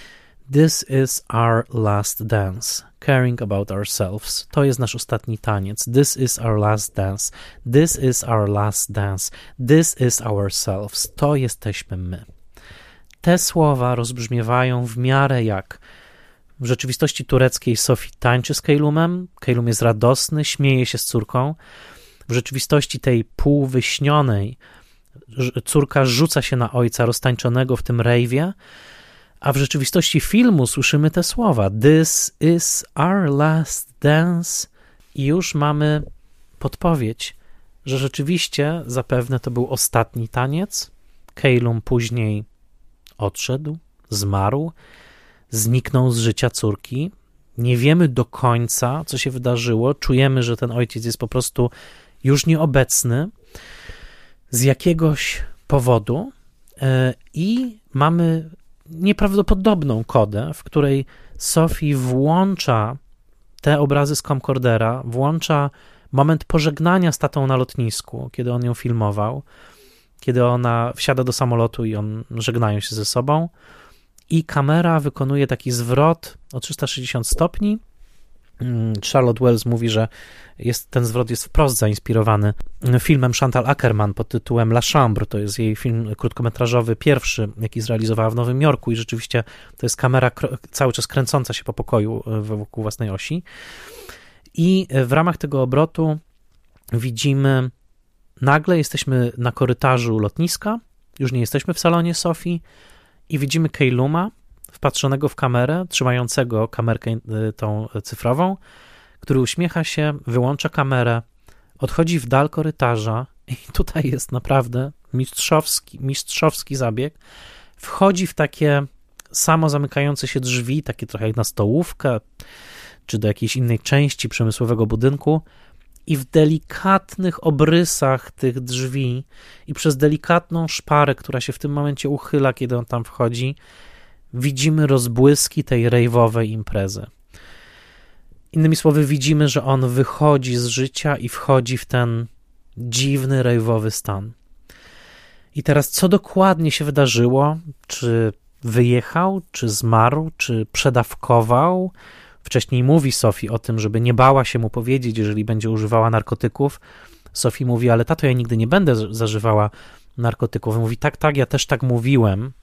S1: This is our last dance. Caring about ourselves. To jest nasz ostatni taniec. This is our last dance. This is our last dance. This is ourselves. To jesteśmy my. Te słowa rozbrzmiewają w miarę jak w rzeczywistości tureckiej Sophie tańczy z Keylumem. Keylum jest radosny, śmieje się z córką. W rzeczywistości tej półwyśnionej córka rzuca się na ojca roztańczonego w tym rejwie, a w rzeczywistości filmu słyszymy te słowa This is our last dance i już mamy podpowiedź, że rzeczywiście zapewne to był ostatni taniec. Keylum później odszedł, zmarł, zniknął z życia córki. Nie wiemy do końca, co się wydarzyło. Czujemy, że ten ojciec jest po prostu już nieobecny z jakiegoś powodu i mamy nieprawdopodobną kodę, w której Sophie włącza te obrazy z camcordera, włącza moment pożegnania z tatą na lotnisku, kiedy on ją filmował, kiedy ona wsiada do samolotu i on żegnają się ze sobą i kamera wykonuje taki zwrot o 360 stopni. Charlotte Wells mówi, że ten zwrot jest wprost zainspirowany filmem Chantal Akerman pod tytułem La Chambre. To jest jej film krótkometrażowy, pierwszy, jaki zrealizowała w Nowym Jorku i rzeczywiście to jest kamera cały czas kręcąca się po pokoju wokół własnej osi. I w ramach tego obrotu widzimy, nagle jesteśmy na korytarzu lotniska, już nie jesteśmy w salonie Sophie i widzimy Keyluma wpatrzonego w kamerę, trzymającego kamerkę tą cyfrową, który uśmiecha się, wyłącza kamerę, odchodzi w dal korytarza i tutaj jest naprawdę mistrzowski zabieg. Wchodzi w takie samo zamykające się drzwi, takie trochę jak na stołówkę, czy do jakiejś innej części przemysłowego budynku i w delikatnych obrysach tych drzwi i przez delikatną szparę, która się w tym momencie uchyla, kiedy on tam wchodzi, widzimy rozbłyski tej rejwowej imprezy. Innymi słowy, widzimy, że on wychodzi z życia i wchodzi w ten dziwny rejwowy stan. I teraz co dokładnie się wydarzyło? Czy wyjechał, czy zmarł, czy przedawkował? Wcześniej mówi Sophie o tym, żeby nie bała się mu powiedzieć, jeżeli będzie używała narkotyków. Sophie mówi, ale tato, ja nigdy nie będę zażywała narkotyków. Mówi, tak, ja też tak mówiłem.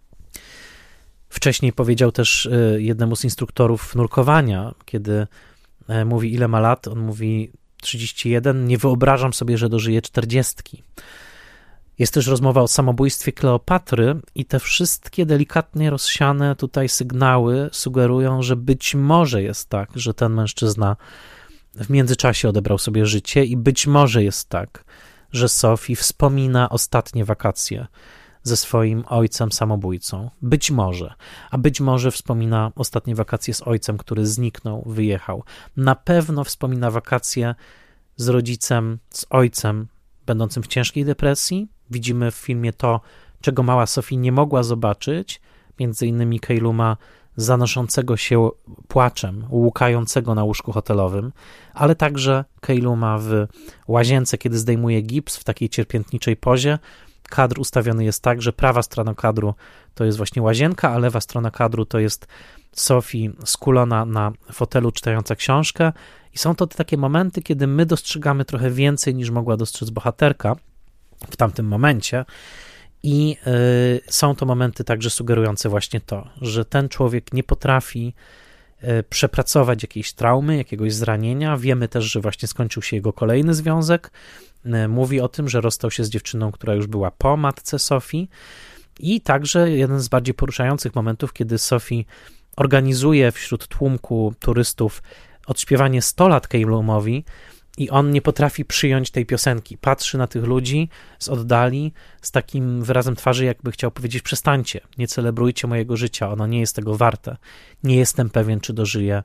S1: Wcześniej powiedział też jednemu z instruktorów nurkowania, kiedy mówi, ile ma lat, on mówi 31, nie wyobrażam sobie, że dożyje 40. Jest też rozmowa o samobójstwie Kleopatry i te wszystkie delikatnie rozsiane tutaj sygnały sugerują, że być może jest tak, że ten mężczyzna w międzyczasie odebrał sobie życie i być może jest tak, że Sophie wspomina ostatnie wakacje ze swoim ojcem samobójcą. Być może. A być może wspomina ostatnie wakacje z ojcem, który zniknął, wyjechał. Na pewno wspomina wakacje z rodzicem, z ojcem, będącym w ciężkiej depresji. Widzimy w filmie to, czego mała Sophie nie mogła zobaczyć, między innymi Keyluma zanoszącego się płaczem, łukającego na łóżku hotelowym, ale także Keyluma w łazience, kiedy zdejmuje gips w takiej cierpiętniczej pozie. Kadr ustawiony jest tak, że prawa strona kadru to jest właśnie łazienka, a lewa strona kadru to jest Sophie skulona na fotelu czytająca książkę i są to takie momenty, kiedy my dostrzegamy trochę więcej niż mogła dostrzec bohaterka w tamtym momencie i są to momenty także sugerujące właśnie to, że ten człowiek nie potrafi przepracować jakiejś traumy, jakiegoś zranienia. Wiemy też, że właśnie skończył się jego kolejny związek. Mówi o tym, że rozstał się z dziewczyną, która już była po matce Sophie i także jeden z bardziej poruszających momentów, kiedy Sophie organizuje wśród tłumku turystów odśpiewanie 100 lat Keylumowi i on nie potrafi przyjąć tej piosenki. Patrzy na tych ludzi z oddali z takim wyrazem twarzy, jakby chciał powiedzieć: przestańcie, nie celebrujcie mojego życia, ono nie jest tego warte. Nie jestem pewien, czy dożyję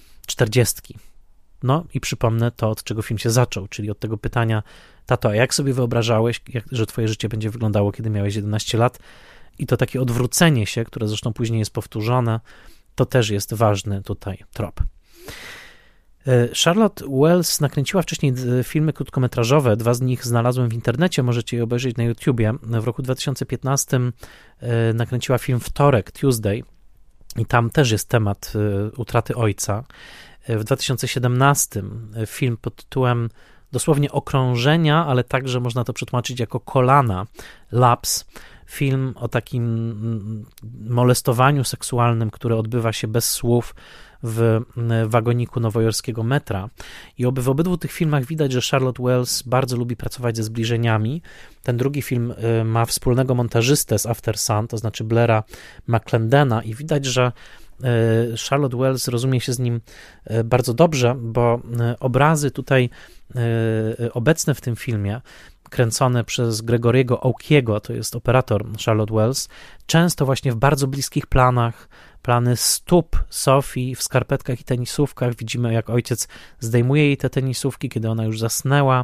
S1: 40. No i przypomnę to, od czego film się zaczął, czyli od tego pytania: tato, a jak sobie wyobrażałeś, że twoje życie będzie wyglądało, kiedy miałeś 11 lat? I to takie odwrócenie się, które zresztą później jest powtórzone, to też jest ważny tutaj trop. Charlotte Wells nakręciła wcześniej filmy krótkometrażowe, 2 z nich znalazłem w internecie, możecie je obejrzeć na YouTubie. W roku 2015 nakręciła film Wtorek, Tuesday, i tam też jest temat utraty ojca. W 2017 film pod tytułem dosłownie Okrążenia, ale także można to przetłumaczyć jako Kolana, Laps. Film o takim molestowaniu seksualnym, które odbywa się bez słów w wagoniku nowojorskiego metra. I w obydwu tych filmach widać, że Charlotte Wells bardzo lubi pracować ze zbliżeniami. Ten drugi film ma wspólnego montażystę z After Sun, to znaczy Blaira McClendana, i widać, że Charlotte Wells rozumie się z nim bardzo dobrze, bo obrazy tutaj obecne w tym filmie, kręcone przez Gregory'ego Aukiego, to jest operator Charlotte Wells, często właśnie w bardzo bliskich planach, plany stóp Sophie w skarpetkach i tenisówkach. Widzimy, jak ojciec zdejmuje jej te tenisówki, kiedy ona już zasnęła.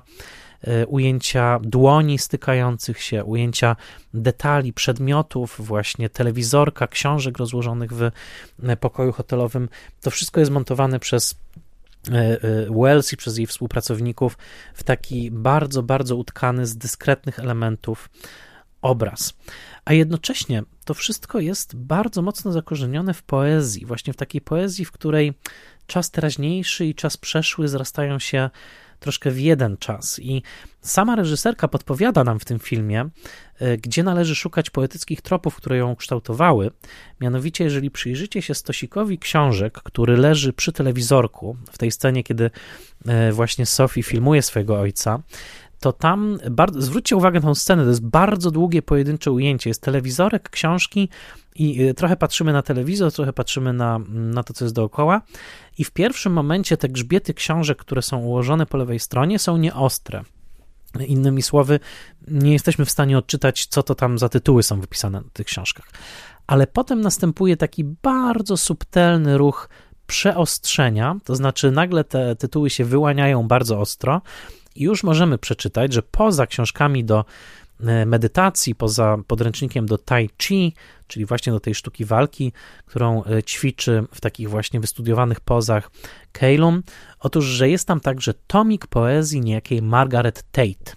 S1: Ujęcia dłoni stykających się, ujęcia detali, przedmiotów, właśnie telewizorka, książek rozłożonych w pokoju hotelowym. To wszystko jest montowane przez Wells i przez jej współpracowników w taki bardzo, bardzo utkany z dyskretnych elementów obraz. A jednocześnie to wszystko jest bardzo mocno zakorzenione w poezji, właśnie w takiej poezji, w której czas teraźniejszy i czas przeszły zrastają się troszkę w jeden czas. I sama reżyserka podpowiada nam w tym filmie, gdzie należy szukać poetyckich tropów, które ją kształtowały. Mianowicie, jeżeli przyjrzycie się stosikowi książek, który leży przy telewizorku, w tej scenie, kiedy właśnie Sophie filmuje swojego ojca, to tam, zwróćcie uwagę na tę scenę, to jest bardzo długie pojedyncze ujęcie, jest telewizorek, książki i trochę patrzymy na telewizor, trochę patrzymy na to, co jest dookoła, i w pierwszym momencie te grzbiety książek, które są ułożone po lewej stronie, są nieostre. Innymi słowy, nie jesteśmy w stanie odczytać, co to tam za tytuły są wypisane na tych książkach. Ale potem następuje taki bardzo subtelny ruch przeostrzenia, to znaczy nagle te tytuły się wyłaniają bardzo ostro i już możemy przeczytać, że poza książkami do medytacji, poza podręcznikiem do tai chi, czyli właśnie do tej sztuki walki, którą ćwiczy w takich właśnie wystudiowanych pozach Keilum, otóż, że jest tam także tomik poezji niejakiej Margaret Tate.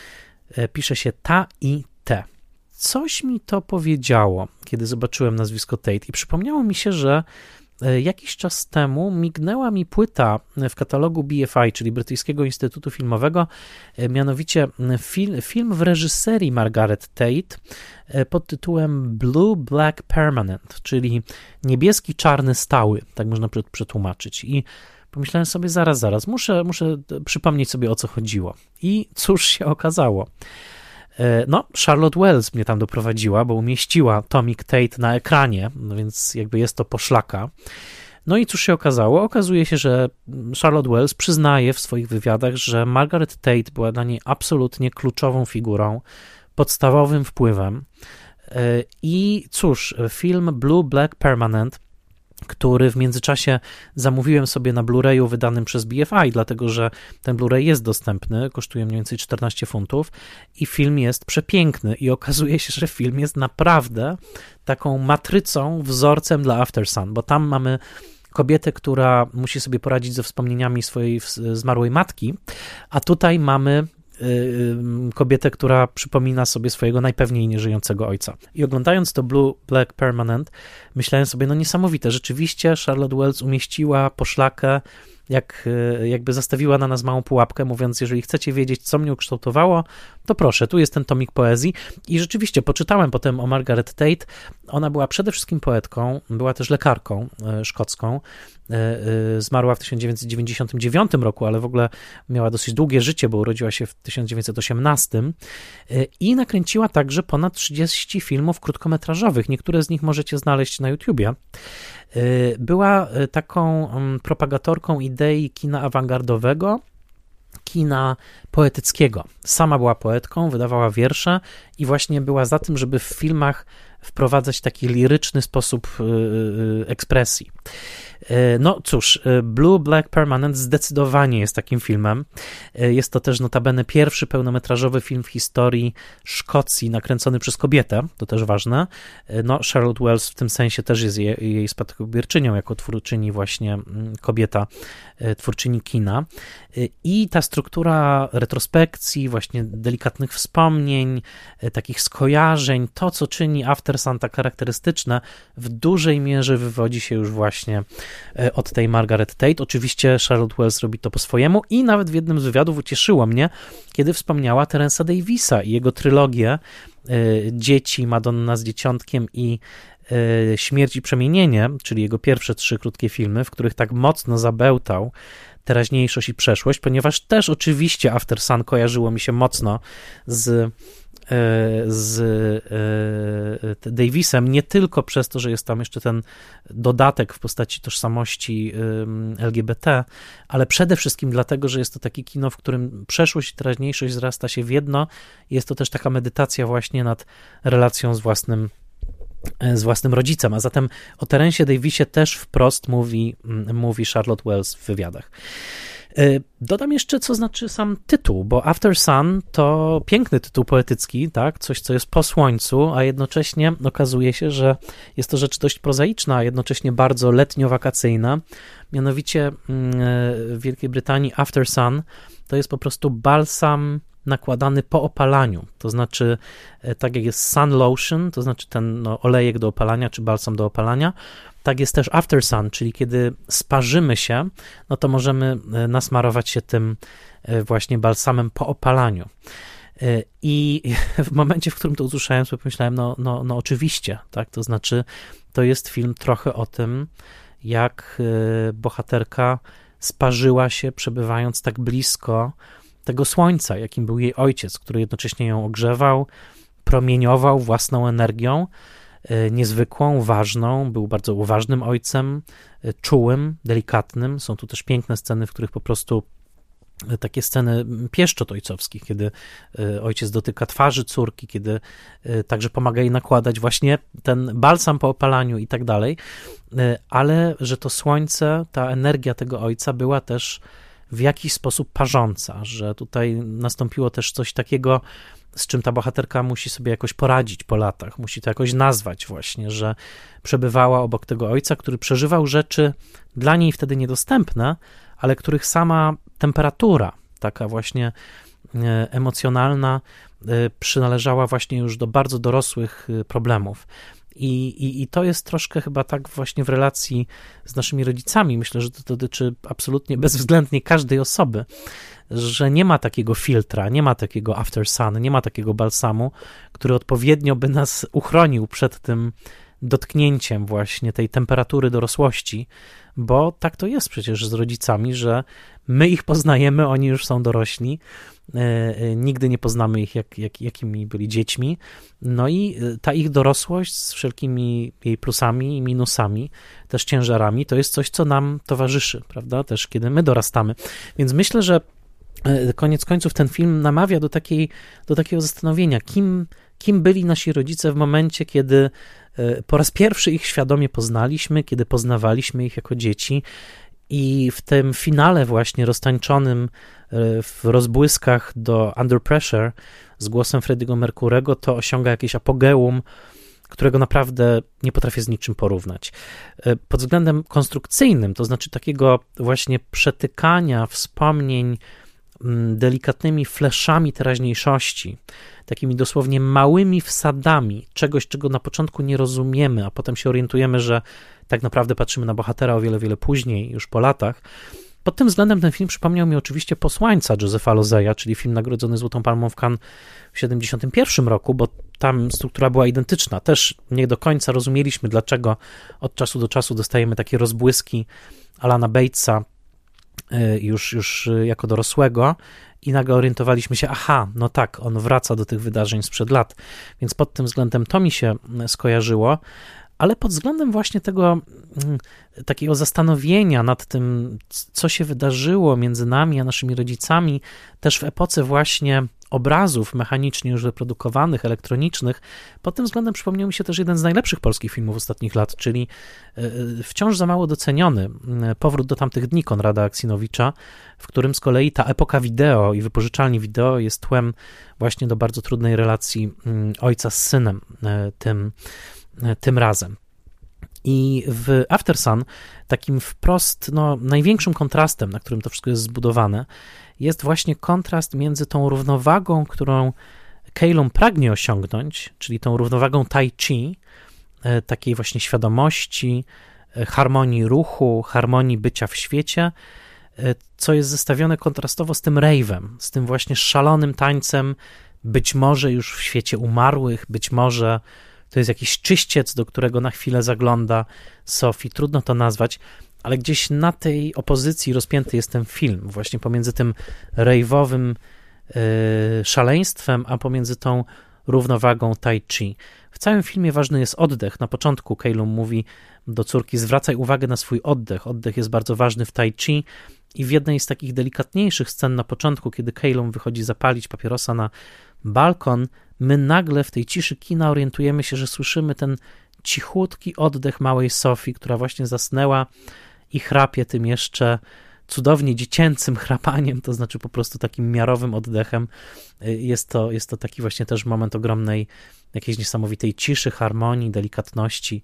S1: Pisze się Ta-I-T. Coś mi to powiedziało, kiedy zobaczyłem nazwisko Tate, i przypomniało mi się, że jakiś czas temu mignęła mi płyta w katalogu BFI, czyli Brytyjskiego Instytutu Filmowego, mianowicie film w reżyserii Margaret Tate pod tytułem Blue Black Permanent, czyli niebieski, czarny, stały, tak można przetłumaczyć. I pomyślałem sobie, zaraz, muszę przypomnieć sobie, o co chodziło. I cóż się okazało? No, Charlotte Wells mnie tam doprowadziła, bo umieściła tomik Tate na ekranie, no więc jakby jest to poszlaka. No i cóż się okazało? Okazuje się, że Charlotte Wells przyznaje w swoich wywiadach, że Margaret Tate była dla niej absolutnie kluczową figurą, podstawowym wpływem. I cóż, film Blue Black Permanent, który w międzyczasie zamówiłem sobie na Blu-rayu wydanym przez BFI, dlatego że ten Blu-ray jest dostępny, kosztuje mniej więcej 14 funtów i film jest przepiękny i okazuje się, że film jest naprawdę taką matrycą, wzorcem dla After Sun, bo tam mamy kobietę, która musi sobie poradzić ze wspomnieniami swojej zmarłej matki, a tutaj mamy kobietę, która przypomina sobie swojego najpewniej nieżyjącego ojca. I oglądając to Blue Black Permanent, myślałem sobie, no niesamowite, rzeczywiście Charlotte Wells umieściła poszlakę, jakby zastawiła na nas małą pułapkę, mówiąc, jeżeli chcecie wiedzieć, co mnie ukształtowało, to proszę, tu jest ten tomik poezji. I rzeczywiście poczytałem potem o Margaret Tate. Ona była przede wszystkim poetką, była też lekarką szkocką. Zmarła w 1999 roku, ale w ogóle miała dosyć długie życie, bo urodziła się w 1918 i nakręciła także ponad 30 filmów krótkometrażowych. Niektóre z nich możecie znaleźć na YouTubie. Była taką propagatorką idei kina awangardowego, kina poetyckiego. Sama była poetką, wydawała wiersze i właśnie była za tym, żeby w filmach wprowadzać taki liryczny sposób ekspresji. No cóż, Blue Black Permanent zdecydowanie jest takim filmem. Jest to też notabene pierwszy pełnometrażowy film w historii Szkocji nakręcony przez kobietę, to też ważne. No, Charlotte Wells w tym sensie też jest jej spadkobierczynią, jako twórczyni właśnie kobieta, twórczyni kina. I ta struktura retrospekcji, właśnie delikatnych wspomnień, takich skojarzeń, to co czyni After Sun tak charakterystyczne, w dużej mierze wywodzi się już właśnie od tej Margaret Tate. Oczywiście Charlotte Wells robi to po swojemu i nawet w jednym z wywiadów ucieszyło mnie, kiedy wspomniała Terensa Davisa i jego trylogię Dzieci, Madonna z dzieciątkiem i Śmierć i przemienienie, czyli jego pierwsze 3 krótkie filmy, w których tak mocno zabełtał teraźniejszość i przeszłość, ponieważ też oczywiście After Sun kojarzyło mi się mocno z Davisem, nie tylko przez to, że jest tam jeszcze ten dodatek w postaci tożsamości LGBT, ale przede wszystkim dlatego, że jest to takie kino, w którym przeszłość i teraźniejszość zrasta się w jedno. Jest to też taka medytacja właśnie nad relacją z własnym rodzicem, a zatem o Terensie Davisie też wprost mówi Charlotte Wells w wywiadach. Dodam jeszcze, co znaczy sam tytuł, bo After Sun to piękny tytuł poetycki, tak? Coś, co jest po słońcu, a jednocześnie okazuje się, że jest to rzecz dość prozaiczna, a jednocześnie bardzo letnio-wakacyjna. Mianowicie w Wielkiej Brytanii After Sun to jest po prostu balsam nakładany po opalaniu, to znaczy tak jak jest sun lotion, to znaczy ten olejek do opalania, czy balsam do opalania, tak jest też After Sun, czyli kiedy sparzymy się, no to możemy nasmarować się tym właśnie balsamem po opalaniu. I w momencie, w którym to usłyszałem, sobie pomyślałem, no oczywiście, tak, to znaczy to jest film trochę o tym, jak bohaterka sparzyła się, przebywając tak blisko tego słońca, jakim był jej ojciec, który jednocześnie ją ogrzewał, promieniował własną energią, niezwykłą, ważną, był bardzo uważnym ojcem, czułym, delikatnym. Są tu też piękne sceny, w których po prostu takie sceny pieszczot ojcowskich, kiedy ojciec dotyka twarzy córki, kiedy także pomaga jej nakładać właśnie ten balsam po opalaniu i tak dalej, ale że to słońce, ta energia tego ojca była też w jakiś sposób parząca, że tutaj nastąpiło też coś takiego, z czym ta bohaterka musi sobie jakoś poradzić po latach, musi to jakoś nazwać właśnie, że przebywała obok tego ojca, który przeżywał rzeczy dla niej wtedy niedostępne, ale których sama temperatura, taka właśnie emocjonalna, przynależała właśnie już do bardzo dorosłych problemów. I to jest troszkę chyba tak właśnie w relacji z naszymi rodzicami. Myślę, że to dotyczy absolutnie bezwzględnie każdej osoby, że nie ma takiego filtra, nie ma takiego After Sun, nie ma takiego balsamu, który odpowiednio by nas uchronił przed tym dotknięciem właśnie tej temperatury dorosłości, bo tak to jest przecież z rodzicami, że my ich poznajemy, oni już są dorośli, nigdy nie poznamy ich, jakimi byli dziećmi, no i ta ich dorosłość z wszelkimi jej plusami i minusami, też ciężarami, to jest coś, co nam towarzyszy, prawda, też kiedy my dorastamy, więc myślę, że koniec końców ten film namawia do takiego zastanowienia, kim byli nasi rodzice w momencie, kiedy po raz pierwszy ich świadomie poznaliśmy, kiedy poznawaliśmy ich jako dzieci i w tym finale właśnie roztańczonym w rozbłyskach do Under Pressure z głosem Freddie'ego Mercurego to osiąga jakieś apogeum, którego naprawdę nie potrafię z niczym porównać. Pod względem konstrukcyjnym, to znaczy takiego właśnie przetykania wspomnień delikatnymi fleszami teraźniejszości, takimi dosłownie małymi wsadami czegoś, czego na początku nie rozumiemy, a potem się orientujemy, że tak naprawdę patrzymy na bohatera o wiele, wiele później, już po latach. Pod tym względem ten film przypomniał mi oczywiście Posłańca Josepha Lozeya, czyli film nagrodzony Złotą Palmą w Cannes w 1971 roku, bo tam struktura była identyczna. Też nie do końca rozumieliśmy, dlaczego od czasu do czasu dostajemy takie rozbłyski Alana Batesa, już jako dorosłego i nagle orientowaliśmy się, no tak, on wraca do tych wydarzeń sprzed lat, więc pod tym względem to mi się skojarzyło, ale pod względem właśnie tego takiego zastanowienia nad tym, co się wydarzyło między nami a naszymi rodzicami, też w epoce właśnie obrazów mechanicznie już wyprodukowanych, elektronicznych, pod tym względem przypomniał mi się też jeden z najlepszych polskich filmów ostatnich lat, czyli wciąż za mało doceniony Powrót do tamtych dni Konrada Aksinowicza, w którym z kolei ta epoka wideo i wypożyczalni wideo jest tłem właśnie do bardzo trudnej relacji ojca z synem tym razem. I w After Sun takim wprost największym kontrastem, na którym to wszystko jest zbudowane, jest właśnie kontrast między tą równowagą, którą Keilum pragnie osiągnąć, czyli tą równowagą tai chi, takiej właśnie świadomości, harmonii ruchu, harmonii bycia w świecie, co jest zestawione kontrastowo z tym rave'em, z tym właśnie szalonym tańcem, być może już w świecie umarłych, być może to jest jakiś czyściec, do którego na chwilę zagląda Sophie, trudno to nazwać, ale gdzieś na tej opozycji rozpięty jest ten film, właśnie pomiędzy tym rave'owym szaleństwem, a pomiędzy tą równowagą tai chi. W całym filmie ważny jest oddech. Na początku Keilum mówi do córki: zwracaj uwagę na swój oddech. Oddech jest bardzo ważny w tai chi i w jednej z takich delikatniejszych scen na początku, kiedy Keilum wychodzi zapalić papierosa na balkon, my nagle w tej ciszy kina orientujemy się, że słyszymy ten cichutki oddech małej Sophie, która właśnie zasnęła i chrapie tym jeszcze cudownie dziecięcym chrapaniem, to znaczy po prostu takim miarowym oddechem. Jest to taki właśnie też moment ogromnej, jakiejś niesamowitej ciszy, harmonii, delikatności,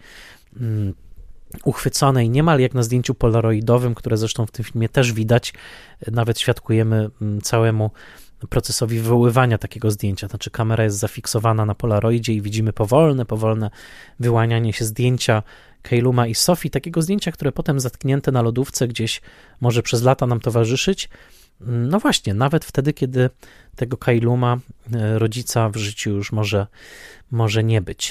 S1: uchwyconej niemal jak na zdjęciu polaroidowym, które zresztą w tym filmie też widać. Nawet świadkujemy całemu procesowi wywoływania takiego zdjęcia. Znaczy kamera jest zafiksowana na polaroidzie i widzimy powolne wyłanianie się zdjęcia Keiluma i Sophie, takiego zdjęcia, które potem zatknięte na lodówce gdzieś może przez lata nam towarzyszyć. No właśnie, nawet wtedy, kiedy tego Keiluma, rodzica, w życiu już może nie być.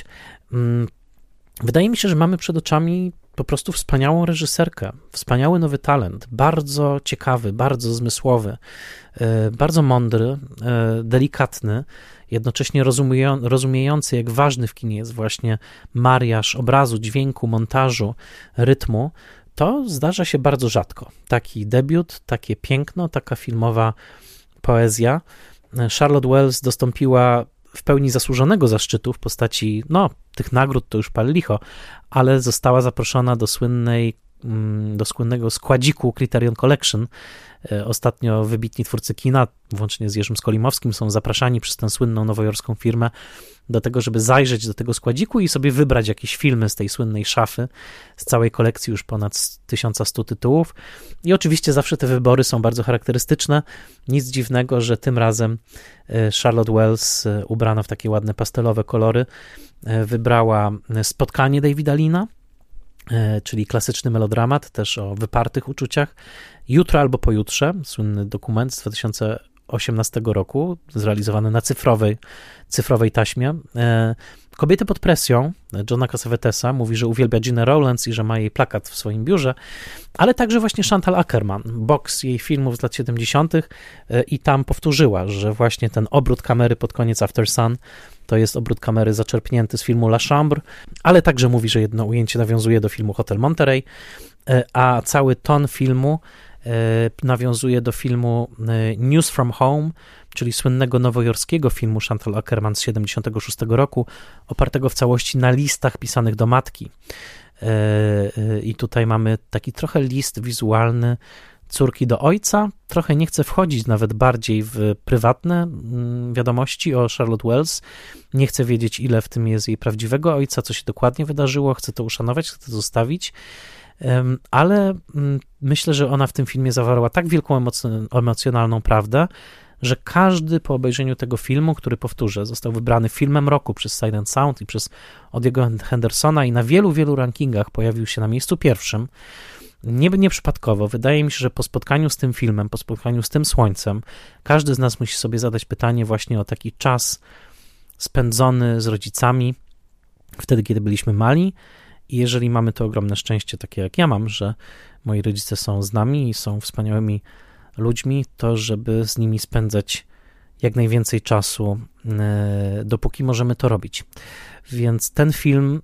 S1: Wydaje mi się, że mamy przed oczami po prostu wspaniałą reżyserkę, wspaniały nowy talent, bardzo ciekawy, bardzo zmysłowy, bardzo mądry, delikatny, jednocześnie rozumiejący, jak ważny w kinie jest właśnie mariaż obrazu, dźwięku, montażu, rytmu. To zdarza się bardzo rzadko. Taki debiut, takie piękno, taka filmowa poezja. Charlotte Wells dostąpiła w pełni zasłużonego zaszczytu w postaci, tych nagród to już pal licho, ale została zaproszona do słynnego składziku Criterion Collection. Ostatnio wybitni twórcy kina, włącznie z Jerzym Skolimowskim, są zapraszani przez tę słynną nowojorską firmę do tego, żeby zajrzeć do tego składziku i sobie wybrać jakieś filmy z tej słynnej szafy, z całej kolekcji już ponad 1100 tytułów. I oczywiście zawsze te wybory są bardzo charakterystyczne. Nic dziwnego, że tym razem Charlotte Wells, ubrana w takie ładne pastelowe kolory, wybrała Spotkanie Davida Leana, czyli klasyczny melodramat, też o wypartych uczuciach. Jutro albo pojutrze, słynny dokument z 2018 roku, zrealizowany na cyfrowej taśmie. Kobiety pod presją Johna Cassavetesa, mówi, że uwielbia Ginę Rowlands i że ma jej plakat w swoim biurze, ale także właśnie Chantal Akerman, boks jej filmów z lat 70. I tam powtórzyła, że właśnie ten obrót kamery pod koniec After Sun to jest obrót kamery zaczerpnięty z filmu La Chambre, ale także mówi, że jedno ujęcie nawiązuje do filmu Hotel Monterey, a cały ton filmu nawiązuje do filmu News from Home, czyli słynnego nowojorskiego filmu Chantal Akerman z 76 roku, opartego w całości na listach pisanych do matki. I tutaj mamy taki trochę list wizualny córki do ojca. Trochę nie chcę wchodzić nawet bardziej w prywatne wiadomości o Charlotte Wells. Nie chcę wiedzieć, ile w tym jest jej prawdziwego ojca, co się dokładnie wydarzyło. Chcę to uszanować, chcę to zostawić. Ale myślę, że ona w tym filmie zawarła tak wielką emocjonalną prawdę, że każdy po obejrzeniu tego filmu, który, powtórzę, został wybrany filmem roku przez Silent Sound i przez Odiego Hendersona i na wielu rankingach pojawił się na miejscu pierwszym, nie przypadkowo. Wydaje mi się, że po spotkaniu z tym filmem, po spotkaniu z tym słońcem, każdy z nas musi sobie zadać pytanie właśnie o taki czas spędzony z rodzicami, wtedy, kiedy byliśmy mali. I jeżeli mamy to ogromne szczęście, takie jak ja mam, że moi rodzice są z nami i są wspaniałymi ludźmi, to żeby z nimi spędzać jak najwięcej czasu, dopóki możemy to robić. Więc ten film,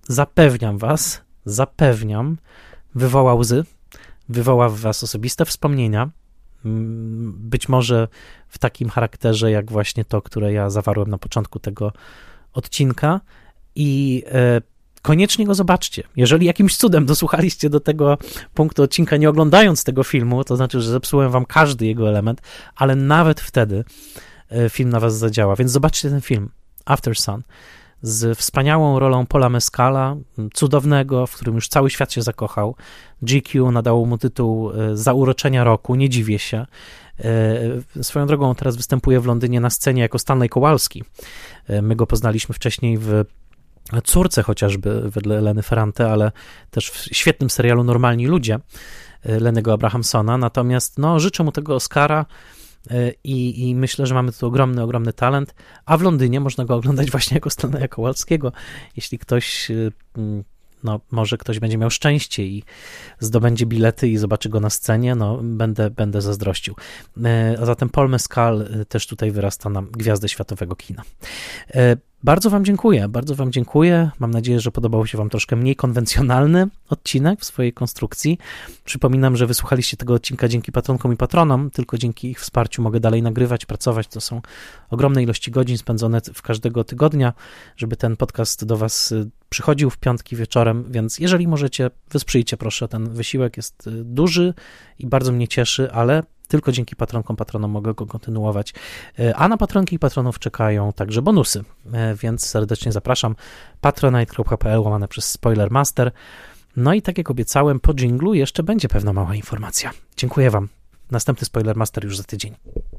S1: zapewniam, wywoła łzy, wywoła w was osobiste wspomnienia, Być może w takim charakterze, jak właśnie to, które ja zawarłem na początku tego odcinka i koniecznie go zobaczcie. Jeżeli jakimś cudem dosłuchaliście do tego punktu odcinka, nie oglądając tego filmu, to znaczy, że zepsułem wam każdy jego element, ale nawet wtedy film na was zadziała. Więc zobaczcie ten film, After Sun, z wspaniałą rolą Paula Mescala, cudownego, w którym już cały świat się zakochał. GQ nadało mu tytuł Zauroczenia roku, nie dziwię się. Swoją drogą on teraz występuje w Londynie na scenie jako Stanley Kowalski. My go poznaliśmy wcześniej w Córce chociażby, wedle Leny Ferrante, ale też w świetnym serialu Normalni Ludzie Lennego Abrahamsona. Natomiast życzę mu tego Oscara i myślę, że mamy tu ogromny talent, a w Londynie można go oglądać właśnie jako Stanleya Kowalskiego. Jeśli ktoś, może ktoś będzie miał szczęście i zdobędzie bilety i zobaczy go na scenie, będę zazdrościł. A zatem Paul Mescal też tutaj wyrasta nam gwiazdę światowego kina. Bardzo wam dziękuję. Mam nadzieję, że podobał się wam troszkę mniej konwencjonalny odcinek w swojej konstrukcji. Przypominam, że wysłuchaliście tego odcinka dzięki patronkom i patronom, tylko dzięki ich wsparciu mogę dalej nagrywać, pracować. To są ogromne ilości godzin spędzone w każdego tygodnia, żeby ten podcast do was przychodził w piątki wieczorem, więc jeżeli możecie, wesprzyjcie proszę, ten wysiłek jest duży i bardzo mnie cieszy, ale tylko dzięki patronkom, patronom mogę go kontynuować. A na patronki i patronów czekają także bonusy, więc serdecznie zapraszam. patronite.pl/Spoilermaster. No i tak jak obiecałem, po dżinglu jeszcze będzie pewna mała informacja. Dziękuję wam. Następny Spoilermaster już za tydzień.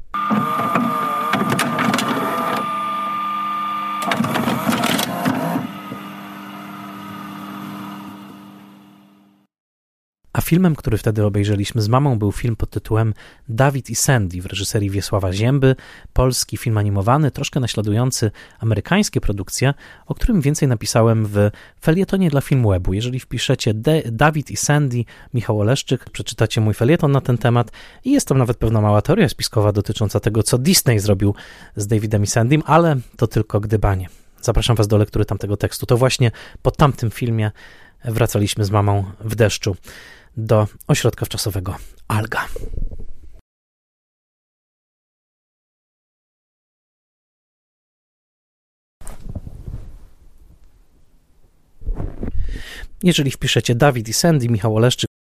S1: A filmem, który wtedy obejrzeliśmy z mamą, był film pod tytułem Dawid i Sandy w reżyserii Wiesława Zięby, polski film animowany, troszkę naśladujący amerykańskie produkcje, o którym więcej napisałem w felietonie dla Filmwebu. Jeżeli wpiszecie Dawid i Sandy, Michał Oleszczyk, przeczytacie mój felieton na ten temat i jest tam nawet pewna mała teoria spiskowa dotycząca tego, co Disney zrobił z Davidem i Sandym, ale to tylko gdybanie. Zapraszam was do lektury tamtego tekstu. To właśnie po tamtym filmie wracaliśmy z mamą w deszczu do ośrodka wczasowego Alga. Jeżeli wpiszecie Dawid i Sandy, Michał Oleszczyk,